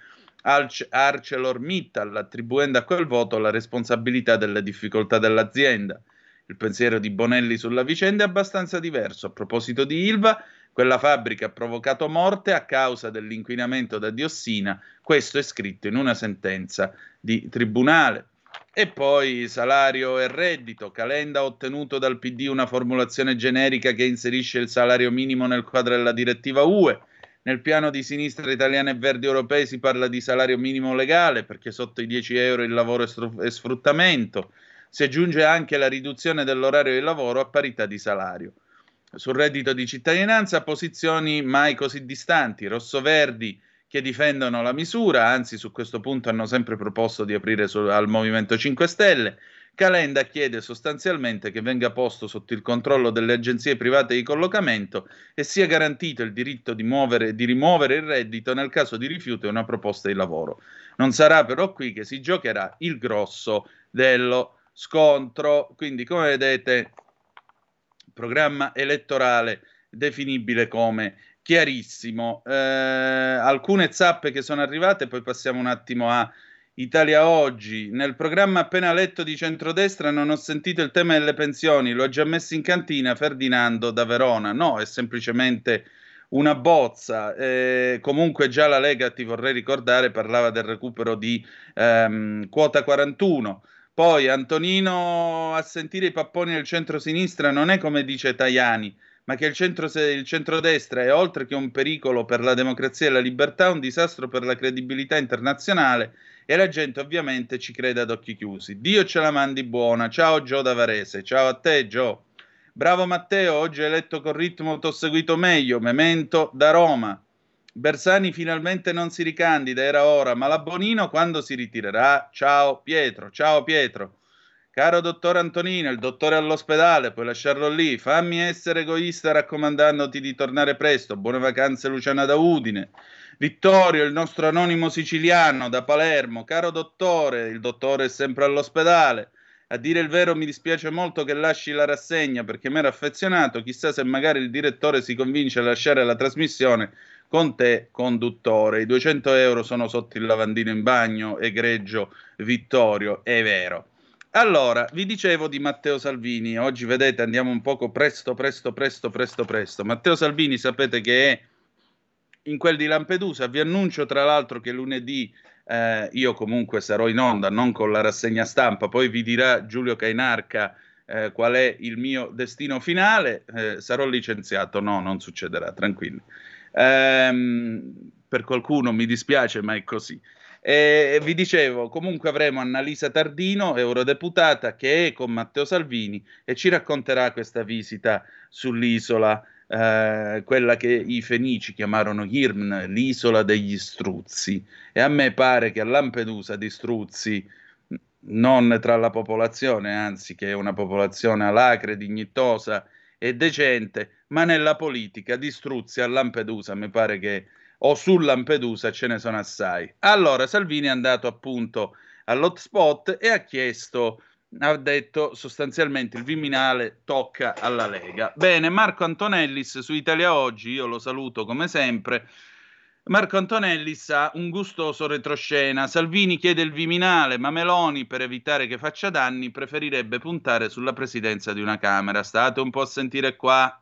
ArcelorMittal, attribuendo a quel voto la responsabilità delle difficoltà dell'azienda. Il pensiero di Bonelli sulla vicenda è abbastanza diverso. A proposito di Ilva, quella fabbrica ha provocato morte a causa dell'inquinamento da diossina. Questo è scritto in una sentenza di tribunale. E poi salario e reddito. Calenda ha ottenuto dal PD una formulazione generica che inserisce il salario minimo nel quadro della direttiva UE. Nel piano di sinistra italiana e verdi europei si parla di salario minimo legale, perché sotto i 10 euro il lavoro è sfruttamento. Si aggiunge anche la riduzione dell'orario di lavoro a parità di salario. Sul reddito di cittadinanza, posizioni mai così distanti. Rossoverdi che difendono la misura, anzi su questo punto hanno sempre proposto di aprire al Movimento 5 Stelle. Calenda chiede sostanzialmente che venga posto sotto il controllo delle agenzie private di collocamento e sia garantito il diritto di rimuovere il reddito nel caso di rifiuto di una proposta di lavoro. Non sarà però qui che si giocherà il grosso dello scontro. Quindi, come vedete, programma elettorale definibile come chiarissimo. Alcune zappe che sono arrivate, poi passiamo un attimo a Italia Oggi. Nel programma appena letto di centrodestra non ho sentito il tema delle pensioni, lo ha già messo in cantina Ferdinando da Verona. No, è semplicemente una bozza. Comunque già la Lega, ti vorrei ricordare, parlava del recupero di quota 41. Poi Antonino, a sentire i papponi del centro-sinistra non è come dice Tajani, ma che il centrodestra è oltre che un pericolo per la democrazia e la libertà, un disastro per la credibilità internazionale, e la gente ovviamente ci crede ad occhi chiusi. Dio ce la mandi buona. Ciao Gio da Varese. Ciao a te Gio. Bravo Matteo, oggi hai letto col ritmo, t'ho seguito meglio. Memento da Roma. Bersani finalmente non si ricandida, era ora, ma la Bonino quando si ritirerà? Ciao Pietro. Ciao Pietro. Caro dottor Antonino, il dottore all'ospedale, puoi lasciarlo lì. Fammi essere egoista raccomandandoti di tornare presto. Buone vacanze Luciana da Udine. Vittorio, il nostro anonimo siciliano da Palermo. Caro dottore, il dottore è sempre all'ospedale. A dire il vero mi dispiace molto che lasci la rassegna perché mi ero affezionato. Chissà se magari il direttore si convince a lasciare la trasmissione con te, conduttore. I 200 euro sono sotto il lavandino in bagno, egregio Vittorio, è vero. Allora, vi dicevo di Matteo Salvini, oggi vedete andiamo un poco presto. Matteo Salvini sapete che è in quel di Lampedusa, vi annuncio tra l'altro che lunedì io comunque sarò in onda, non con la rassegna stampa, poi vi dirà Giulio Cainarca qual è il mio destino finale, sarò licenziato, no, non succederà, tranquilli. Per qualcuno mi dispiace, ma è così. Vi dicevo, comunque avremo Annalisa Tardino, eurodeputata, che è con Matteo Salvini e ci racconterà questa visita sull'isola quella che i Fenici chiamarono Hirm, l'isola degli struzzi, e a me pare che a Lampedusa di struzzi non tra la popolazione, anzi che è una popolazione alacre, dignitosa e decente, ma nella politica di struzzi a Lampedusa mi pare che, o su Lampedusa, ce ne sono assai. Allora Salvini è andato appunto all'hotspot e ha detto sostanzialmente il Viminale tocca alla Lega. Bene, Marco Antonellis su Italia Oggi, io lo saluto come sempre. Marco Antonellis ha un gustoso retroscena. Salvini chiede il Viminale, ma Meloni, per evitare che faccia danni, preferirebbe puntare sulla presidenza di una Camera. State un po' a sentire qua.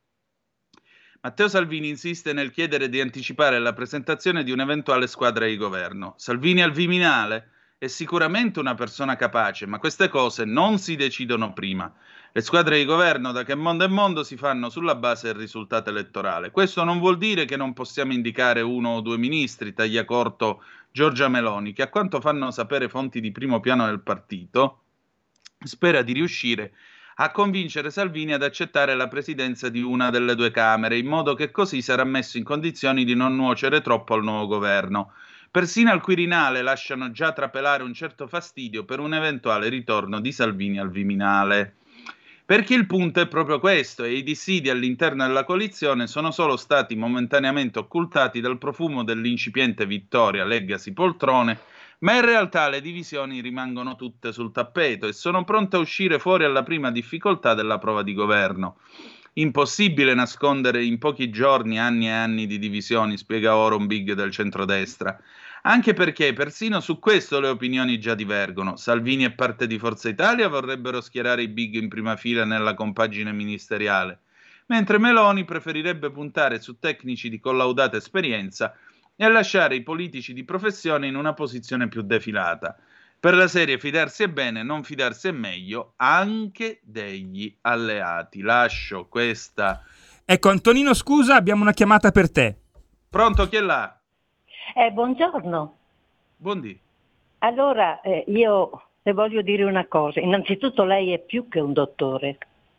Matteo Salvini insiste nel chiedere di anticipare la presentazione di un'eventuale squadra di governo. Salvini al Viminale? È sicuramente una persona capace, ma queste cose non si decidono prima. Le squadre di governo, da che mondo è mondo, si fanno sulla base del risultato elettorale. Questo non vuol dire che non possiamo indicare 1 o 2 ministri, taglia corto Giorgia Meloni, che a quanto fanno sapere fonti di primo piano del partito, spera di riuscire a convincere Salvini ad accettare la presidenza di una delle 2 Camere, in modo che così sarà messo in condizioni di non nuocere troppo al nuovo governo. Persino al Quirinale lasciano già trapelare un certo fastidio per un eventuale ritorno di Salvini al Viminale. Perché il punto è proprio questo, e i dissidi all'interno della coalizione sono solo stati momentaneamente occultati dal profumo dell'incipiente vittoria, leggasi poltrone, ma in realtà le divisioni rimangono tutte sul tappeto e sono pronte a uscire fuori alla prima difficoltà della prova di governo. Impossibile nascondere in pochi giorni anni e anni di divisioni, spiega ora un big del centrodestra. Anche perché persino su questo le opinioni già divergono. Salvini e parte di Forza Italia vorrebbero schierare i big in prima fila nella compagine ministeriale, mentre Meloni preferirebbe puntare su tecnici di collaudata esperienza e lasciare i politici di professione in una posizione più defilata. Per la serie fidarsi è bene, non fidarsi è meglio, anche degli alleati. Lascio questa... Ecco, Antonino, scusa, abbiamo una chiamata per te. Pronto, chi è là? Buongiorno. Buondì. Allora, io le voglio dire una cosa. Innanzitutto lei è più che un dottore.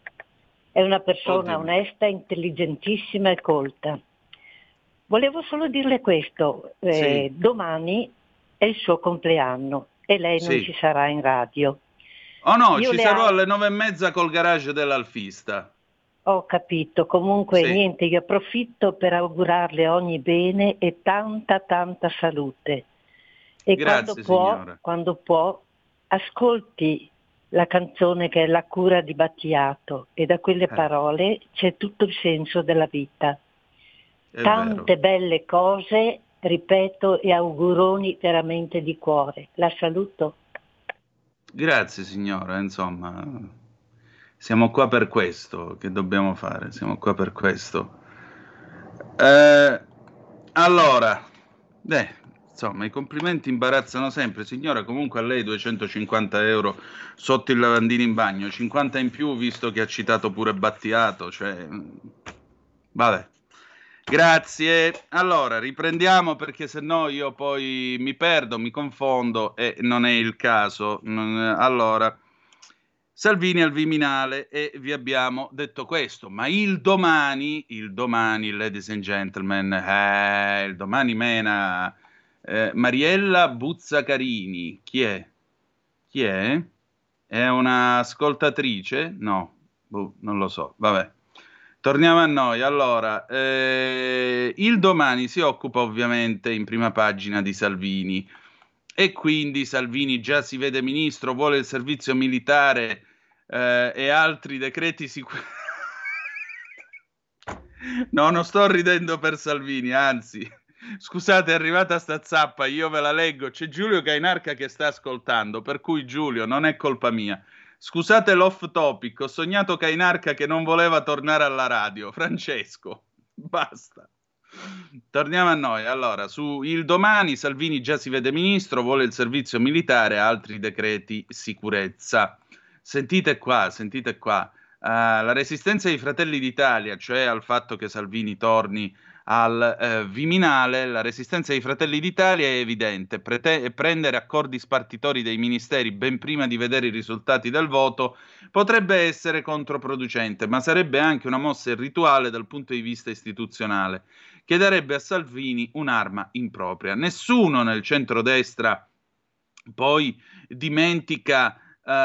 È una persona onesta, intelligentissima e colta. Volevo solo dirle questo. Sì. Domani è il suo compleanno e lei non Sì. ci sarà in radio. Oh no, Io ci le sarò auguro- alle 9:30 col garage dell'Alfista. Ho capito, comunque Sì. niente, io approfitto per augurarle ogni bene e tanta salute. E Grazie, signora. quando può, ascolti la canzone che è La cura di Battiato e da quelle parole c'è tutto il senso della vita. È Tante belle cose, ripeto, e auguroni veramente di cuore. La saluto. Grazie signora, insomma, siamo qua per questo, che dobbiamo fare? Siamo qua per questo. Allora, insomma, i complimenti imbarazzano sempre, signora. Comunque a lei 250 euro sotto il lavandino in bagno, 50 in più visto che ha citato pure Battiato, cioè... Vabbè. Grazie. Allora, riprendiamo perché sennò io poi mi perdo, mi confondo e non è il caso. Allora, Salvini al Viminale e vi abbiamo detto questo, ma il domani, ladies and gentlemen, il domani mena Mariella Buzzacarini. Chi è? Chi è? È una ascoltatrice? No, non lo so, vabbè. Torniamo a noi. Allora, il domani si occupa ovviamente in prima pagina di Salvini e quindi Salvini già si vede ministro, vuole il servizio militare e altri decreti sicurezza. No, non sto ridendo per Salvini, anzi, scusate, è arrivata sta zappa, io ve la leggo, c'è Giulio Cainarca che sta ascoltando, per cui Giulio, non è colpa mia. Scusate l'off topic, ho sognato Cainarca che non voleva tornare alla radio. Francesco, basta. Torniamo a noi. Allora, su Il Domani, Salvini già si vede ministro, vuole il servizio militare, altri decreti sicurezza. Sentite qua. La resistenza dei Fratelli d'Italia, cioè al fatto che Salvini torni al Viminale. La resistenza dei Fratelli d'Italia è evidente: prendere accordi spartitori dei ministeri ben prima di vedere i risultati del voto potrebbe essere controproducente, ma sarebbe anche una mossa irrituale dal punto di vista istituzionale, che darebbe a Salvini un'arma impropria. Nessuno nel centrodestra poi dimentica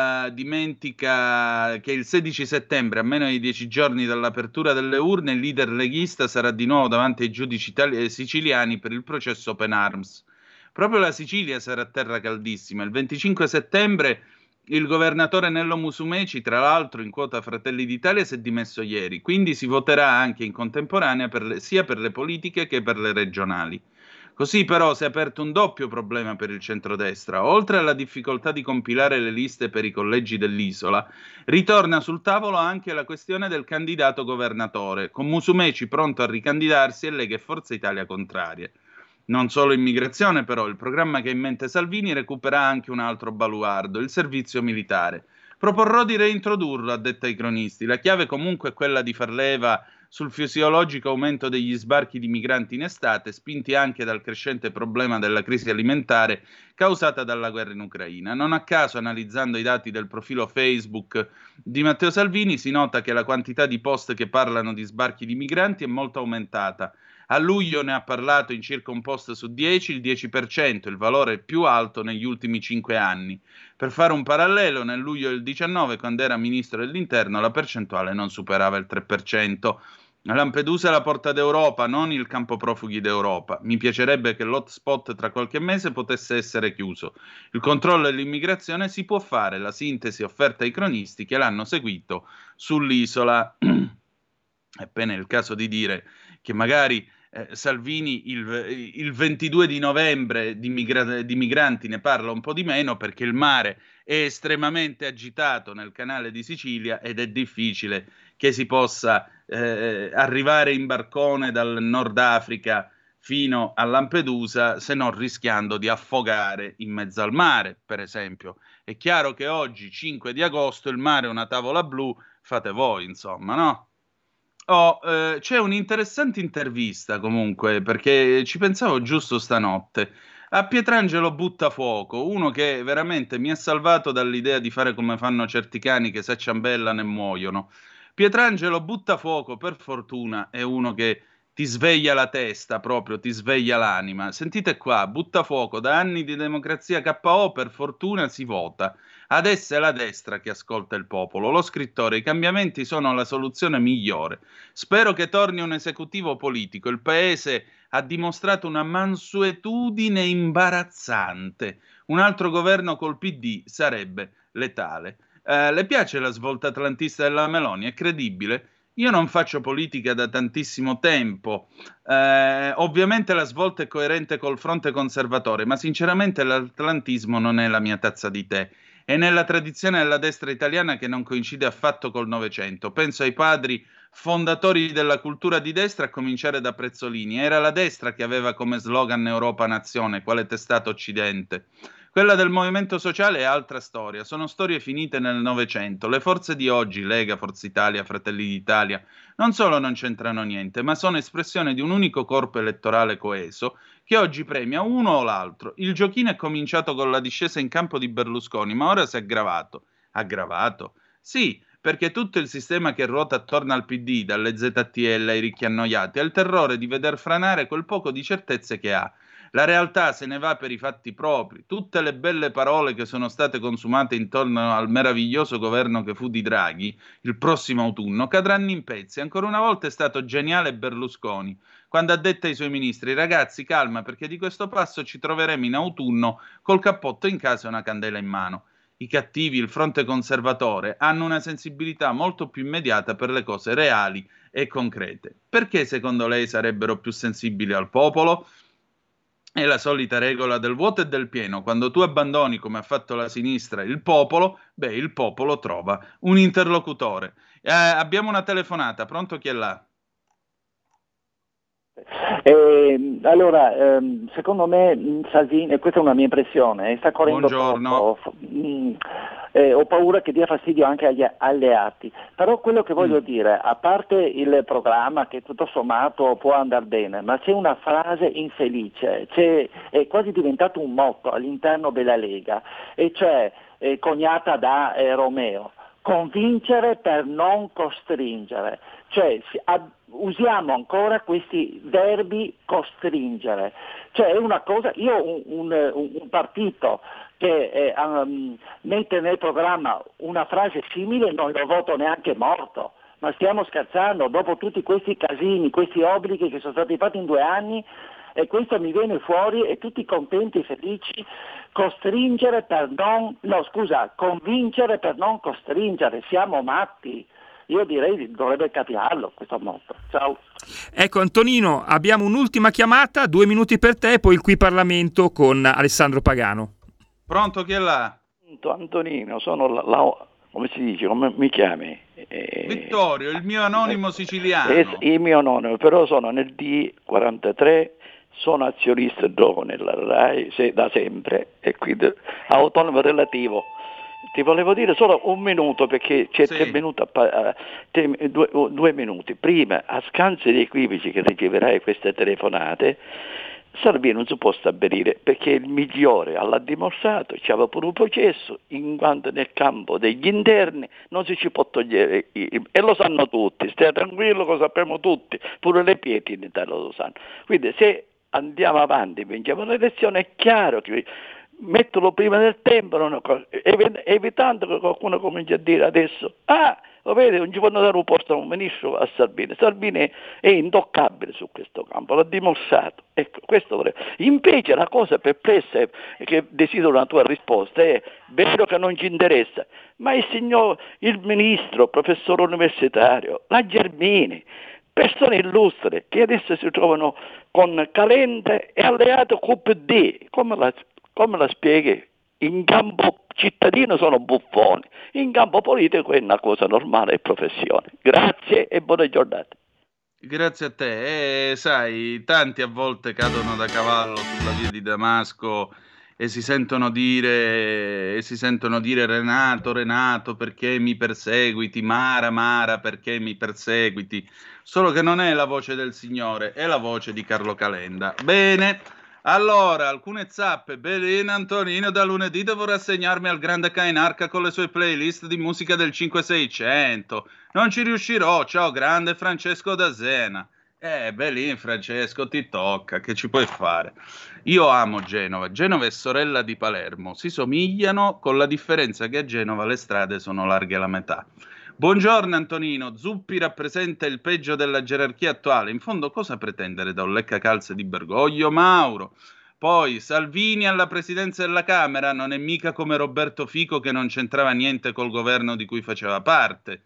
che il 16 settembre, a meno di 10 giorni dall'apertura delle urne, il leader leghista sarà di nuovo davanti ai giudici siciliani per il processo Open Arms. Proprio la Sicilia sarà terra caldissima. Il 25 settembre il governatore Nello Musumeci, tra l'altro in quota Fratelli d'Italia, si è dimesso ieri, quindi si voterà anche in contemporanea sia per le politiche che per le regionali. Così però si è aperto un doppio problema per il centrodestra. Oltre alla difficoltà di compilare le liste per i collegi dell'isola, ritorna sul tavolo anche la questione del candidato governatore, con Musumeci pronto a ricandidarsi e Lega e Forza Italia contrarie. Non solo immigrazione, però, il programma che ha in mente Salvini recupera anche un altro baluardo, il servizio militare. Proporrò di reintrodurlo, ha detto ai cronisti. La chiave comunque è quella di far leva sul fisiologico aumento degli sbarchi di migranti in estate, spinti anche dal crescente problema della crisi alimentare causata dalla guerra in Ucraina. Non a caso, analizzando i dati del profilo Facebook di Matteo Salvini, si nota che la quantità di post che parlano di sbarchi di migranti è molto aumentata. A luglio ne ha parlato in circa un post su 10, il 10%, il valore più alto negli ultimi 5 anni. Per fare un parallelo, nel luglio del 19, quando era ministro dell'Interno, la percentuale non superava il 3%. Lampedusa è la porta d'Europa, non il campo profughi d'Europa. Mi piacerebbe che l'hotspot tra qualche mese potesse essere chiuso. Il controllo dell'immigrazione si può fare, la sintesi offerta ai cronisti che l'hanno seguito sull'isola. È appena il caso di dire che magari Salvini il 22 di novembre di migranti ne parla un po' di meno, perché il mare è estremamente agitato nel canale di Sicilia ed è difficile che si possa arrivare in barcone dal Nord Africa fino a Lampedusa, se non rischiando di affogare in mezzo al mare, per esempio. È chiaro che oggi, 5 di agosto, il mare è una tavola blu, fate voi, insomma, no? C'è un'interessante intervista comunque, perché ci pensavo giusto stanotte, a Pietrangelo Buttafuoco, uno che veramente mi ha salvato dall'idea di fare come fanno certi cani che si acciambellano e muoiono. Pietrangelo Buttafuoco, per fortuna, è uno che ti sveglia la testa, proprio ti sveglia l'anima. Sentite qua, Buttafuoco, da anni di democrazia KO, per fortuna si vota. Adesso è la destra che ascolta il popolo. Lo scrittore: i cambiamenti sono la soluzione migliore. Spero che torni un esecutivo politico. Il paese ha dimostrato una mansuetudine imbarazzante. Un altro governo col PD sarebbe letale. Le piace la svolta atlantista della Meloni? È credibile? Io non faccio politica da tantissimo tempo, ovviamente la svolta è coerente col fronte conservatore, ma sinceramente l'atlantismo non è la mia tazza di tè. È nella tradizione della destra italiana che non coincide affatto col Novecento. Penso ai padri fondatori della cultura di destra, a cominciare da Prezzolini. Era la destra che aveva come slogan Europa Nazione, quale testato occidente. Quella del movimento sociale è altra storia, sono storie finite nel Novecento. Le forze di oggi, Lega, Forza Italia, Fratelli d'Italia, non solo non c'entrano niente, ma sono espressione di un unico corpo elettorale coeso che oggi premia uno o l'altro. Il giochino è cominciato con la discesa in campo di Berlusconi, ma ora si è aggravato. Aggravato? Sì, perché tutto il sistema che ruota attorno al PD, dalle ZTL ai ricchi annoiati, ha il terrore di veder franare quel poco di certezze che ha. La realtà se ne va per i fatti propri. Tutte le belle parole che sono state consumate intorno al meraviglioso governo che fu di Draghi il prossimo autunno cadranno in pezzi. Ancora una volta è stato geniale Berlusconi quando ha detto ai suoi ministri: ragazzi, calma, perché di questo passo ci troveremo in autunno col cappotto in casa e una candela in mano. I cattivi, il fronte conservatore, hanno una sensibilità molto più immediata per le cose reali e concrete. Perché secondo lei sarebbero più sensibili al popolo? È la solita regola del vuoto e del pieno. Quando tu abbandoni, come ha fatto la sinistra, il popolo, beh, il popolo trova un interlocutore. Abbiamo una telefonata, pronto, chi è là? Allora, secondo me Salvini, questa è una mia impressione, sta correndo Buongiorno. troppo. ho paura che dia fastidio anche agli alleati. Però quello che voglio dire, a parte il programma che tutto sommato può andare bene, ma c'è una frase infelice, è quasi diventato un motto all'interno della Lega, e cioè coniata da Romeo: convincere per non costringere. Cioè usiamo ancora questi verbi costringere, cioè è una cosa, io un partito che mette nel programma una frase simile non lo voto neanche morto, ma stiamo scherzando, dopo tutti questi casini, questi obblighi che sono stati fatti in 2 anni, e questo mi viene fuori e tutti contenti e felici. Convincere per non costringere, siamo matti. Io direi dovrebbe cambiarlo questo motto. Ciao. Ecco Antonino, abbiamo un'ultima chiamata, 2 minuti per te, poi il Qui Parlamento con Alessandro Pagano. Pronto, chi è là? Antonino, sono come si dice, come mi chiami? Vittorio, il mio anonimo siciliano. Il mio anonimo, però sono nel D43, sono azionista nella RAI da sempre, e quindi autonomo relativo. Ti volevo dire solo un minuto, perché c'è 2 minuti. Prima, a scanso dei equivoci che riceverai queste telefonate, Salvini non si può stabilire, perché il migliore l'ha dimostrato, c'aveva pure un processo, in quanto nel campo degli interni non si ci può togliere, e lo sanno tutti, stai tranquillo, lo sappiamo tutti, pure le pietre in Italia lo sanno. Quindi se andiamo avanti, vinciamo l'elezione, è chiaro che metterlo prima del tempo, evitando che qualcuno cominci a dire adesso, lo vedi, non ci vanno dare un posto a un ministro a Salvini. Salvini è intoccabile su questo campo, l'ha dimostrato. Ecco, questo volevo. Invece la cosa perplessa è che desidero una tua risposta, è vero che non ci interessa, ma il ministro, professore universitario, la Gelmini, persone illustri che adesso si trovano con Calenda e alleato con PD, come la spieghi? In campo cittadino sono buffoni, in campo politico è una cosa normale e professione. Grazie e buona giornata. Grazie a te. Sai, tanti a volte cadono da cavallo sulla via di Damasco e si sentono dire Renato, perché mi perseguiti? Mara, perché mi perseguiti? Solo che non è la voce del Signore, è la voce di Carlo Calenda. Bene. Allora, alcune zappe. Bene, Antonino da lunedì devo rassegnarmi al grande Cainarca con le sue playlist di musica del 5-600. Non ci riuscirò. Ciao, grande Francesco da Zena. Belin, Francesco, ti tocca. Che ci puoi fare? Io amo Genova. Genova è sorella di Palermo. Si somigliano, con la differenza che a Genova le strade sono larghe la metà. Buongiorno Antonino, Zuppi rappresenta il peggio della gerarchia attuale. In fondo cosa pretendere da un leccacalze di Bergoglio? Mauro. Poi Salvini alla presidenza della Camera non è mica come Roberto Fico che non c'entrava niente col governo di cui faceva parte.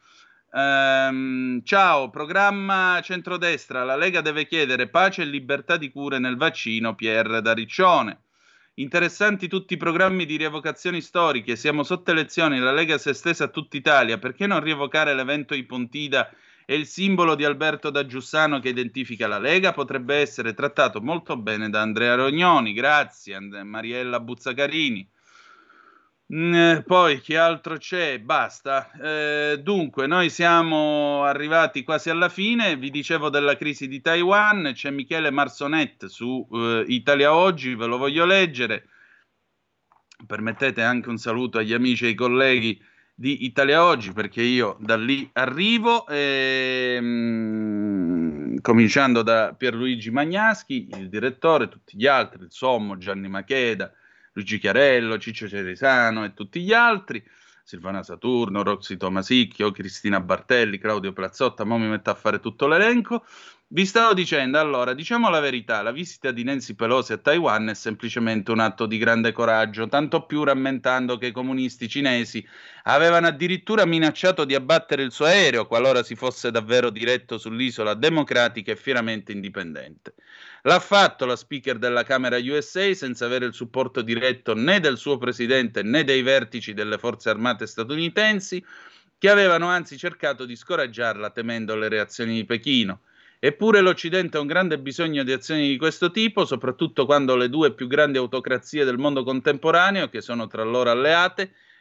Ciao, programma centrodestra, la Lega deve chiedere pace e libertà di cure nel vaccino, PR da Riccione. Interessanti tutti i programmi di rievocazioni storiche, siamo sotto elezioni, la Lega si è estesa a tutta Italia, perché non rievocare l'evento Ipontida e il simbolo di Alberto da Giussano che identifica la Lega? Potrebbe essere trattato molto bene da Andrea Rognoni, grazie, Mariella Buzzacarini. Poi chi altro c'è? Basta. Dunque, noi siamo arrivati quasi alla fine. Vi dicevo della crisi di Taiwan. C'è Michele Marsonet su Italia Oggi, ve lo voglio leggere. Permettete anche un saluto agli amici e ai colleghi di Italia Oggi, perché io da lì arrivo, cominciando da Pierluigi Magnaschi, il direttore, tutti gli altri, il Sommo, Gianni Macheda, Luigi Chiarello, Ciccio Ceresano e tutti gli altri, Silvana Saturno, Roxy Tomasicchio, Cristina Bartelli, Claudio Plazzotta, mo mi metto a fare tutto l'elenco. Vi stavo dicendo, allora, diciamo la verità, la visita di Nancy Pelosi a Taiwan è semplicemente un atto di grande coraggio, tanto più rammentando che i comunisti cinesi avevano addirittura minacciato di abbattere il suo aereo qualora si fosse davvero diretto sull'isola democratica e fieramente indipendente. L'ha fatto la speaker della Camera USA senza avere il supporto diretto né del suo presidente né dei vertici delle forze armate statunitensi, che avevano anzi cercato di scoraggiarla temendo le reazioni di Pechino. Eppure l'Occidente ha un grande bisogno di azioni di questo tipo, soprattutto quando le due più grandi autocrazie del mondo contemporaneo, che sono tra loro alleate,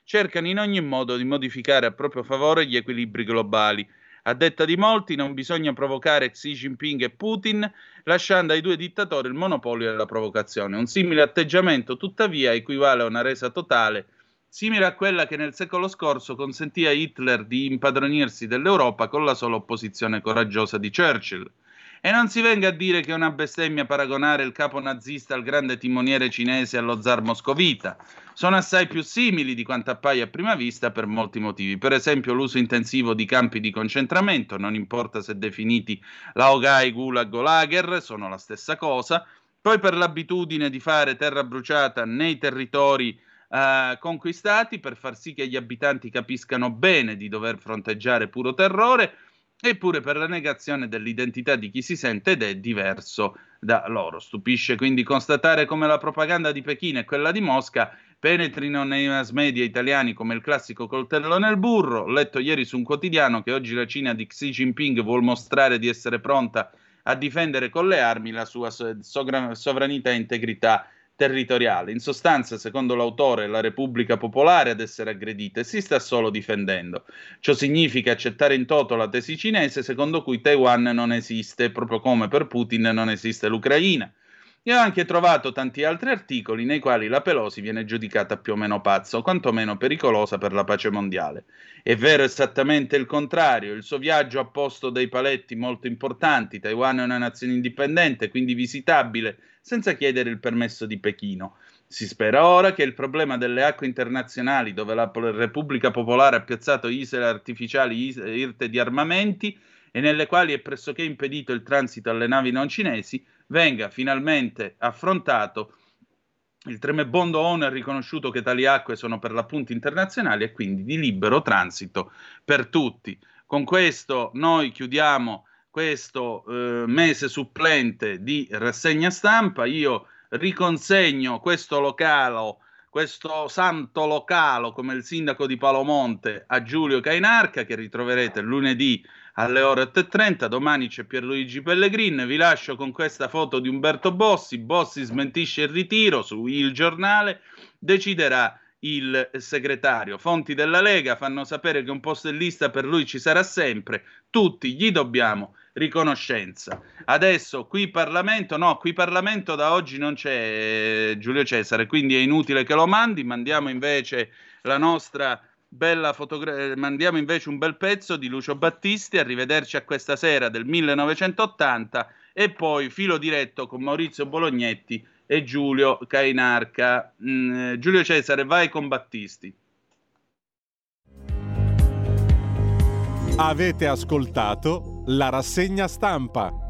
cercano in ogni modo di modificare a proprio favore gli equilibri globali. A detta di molti non bisogna provocare Xi Jinping e Putin, lasciando ai due dittatori il monopolio della provocazione. Un simile atteggiamento, tuttavia, equivale a una resa totale, simile a quella che nel secolo scorso consentì a Hitler di impadronirsi dell'Europa con la sola opposizione coraggiosa di Churchill. E non si venga a dire che è una bestemmia paragonare il capo nazista al grande timoniere cinese e allo zar moscovita. Sono assai più simili di quanto appaia a prima vista per molti motivi. Per esempio l'uso intensivo di campi di concentramento, non importa se definiti laogai, gulag o lager, sono la stessa cosa. Poi per l'abitudine di fare terra bruciata nei territori conquistati, per far sì che gli abitanti capiscano bene di dover fronteggiare puro terrore, eppure per la negazione dell'identità di chi si sente ed è diverso da loro. Stupisce quindi constatare come la propaganda di Pechino e quella di Mosca penetrino nei mass media italiani come il classico coltello nel burro. Ho letto ieri su un quotidiano che oggi la Cina di Xi Jinping vuol mostrare di essere pronta a difendere con le armi la sua sovranità e integrità territoriale. In sostanza, secondo l'autore, la Repubblica Popolare ad essere aggredita e si sta solo difendendo. Ciò significa accettare in toto la tesi cinese secondo cui Taiwan non esiste, proprio come per Putin non esiste l'Ucraina. Io ho anche trovato tanti altri articoli nei quali la Pelosi viene giudicata più o meno pazza o quantomeno pericolosa per la pace mondiale. È vero esattamente il contrario, il suo viaggio ha posto dei paletti molto importanti. Taiwan è una nazione indipendente, quindi visitabile, senza chiedere il permesso di Pechino. Si spera ora che il problema delle acque internazionali, dove la Repubblica Popolare ha piazzato isole artificiali irte di armamenti e nelle quali è pressoché impedito il transito alle navi non cinesi, venga finalmente affrontato. Il tremebondo ONU ha riconosciuto che tali acque sono per l'appunto internazionali e quindi di libero transito per tutti. Con questo noi chiudiamo questo mese supplente di rassegna stampa. Io riconsegno questo localo, questo santo localo come il sindaco di Palomonte, a Giulio Cainarca, che ritroverete lunedì alle ore 8:30. Domani c'è Pierluigi Pellegrin. Vi lascio con questa foto di Umberto Bossi. Bossi smentisce il ritiro, su Il Giornale deciderà il segretario. Fonti della Lega fanno sapere che un posto in lista per lui ci sarà sempre. Tutti gli dobbiamo riconoscenza. Adesso qui Parlamento da oggi non c'è Giulio Cesare, quindi è inutile che lo mandi. Mandiamo invece la nostra bella mandiamo invece un bel pezzo di Lucio Battisti. Arrivederci a questa sera del 1980 e poi filo diretto con Maurizio Bolognetti e Giulio Cainarca. Giulio Cesare, vai con Battisti. Avete ascoltato la rassegna stampa.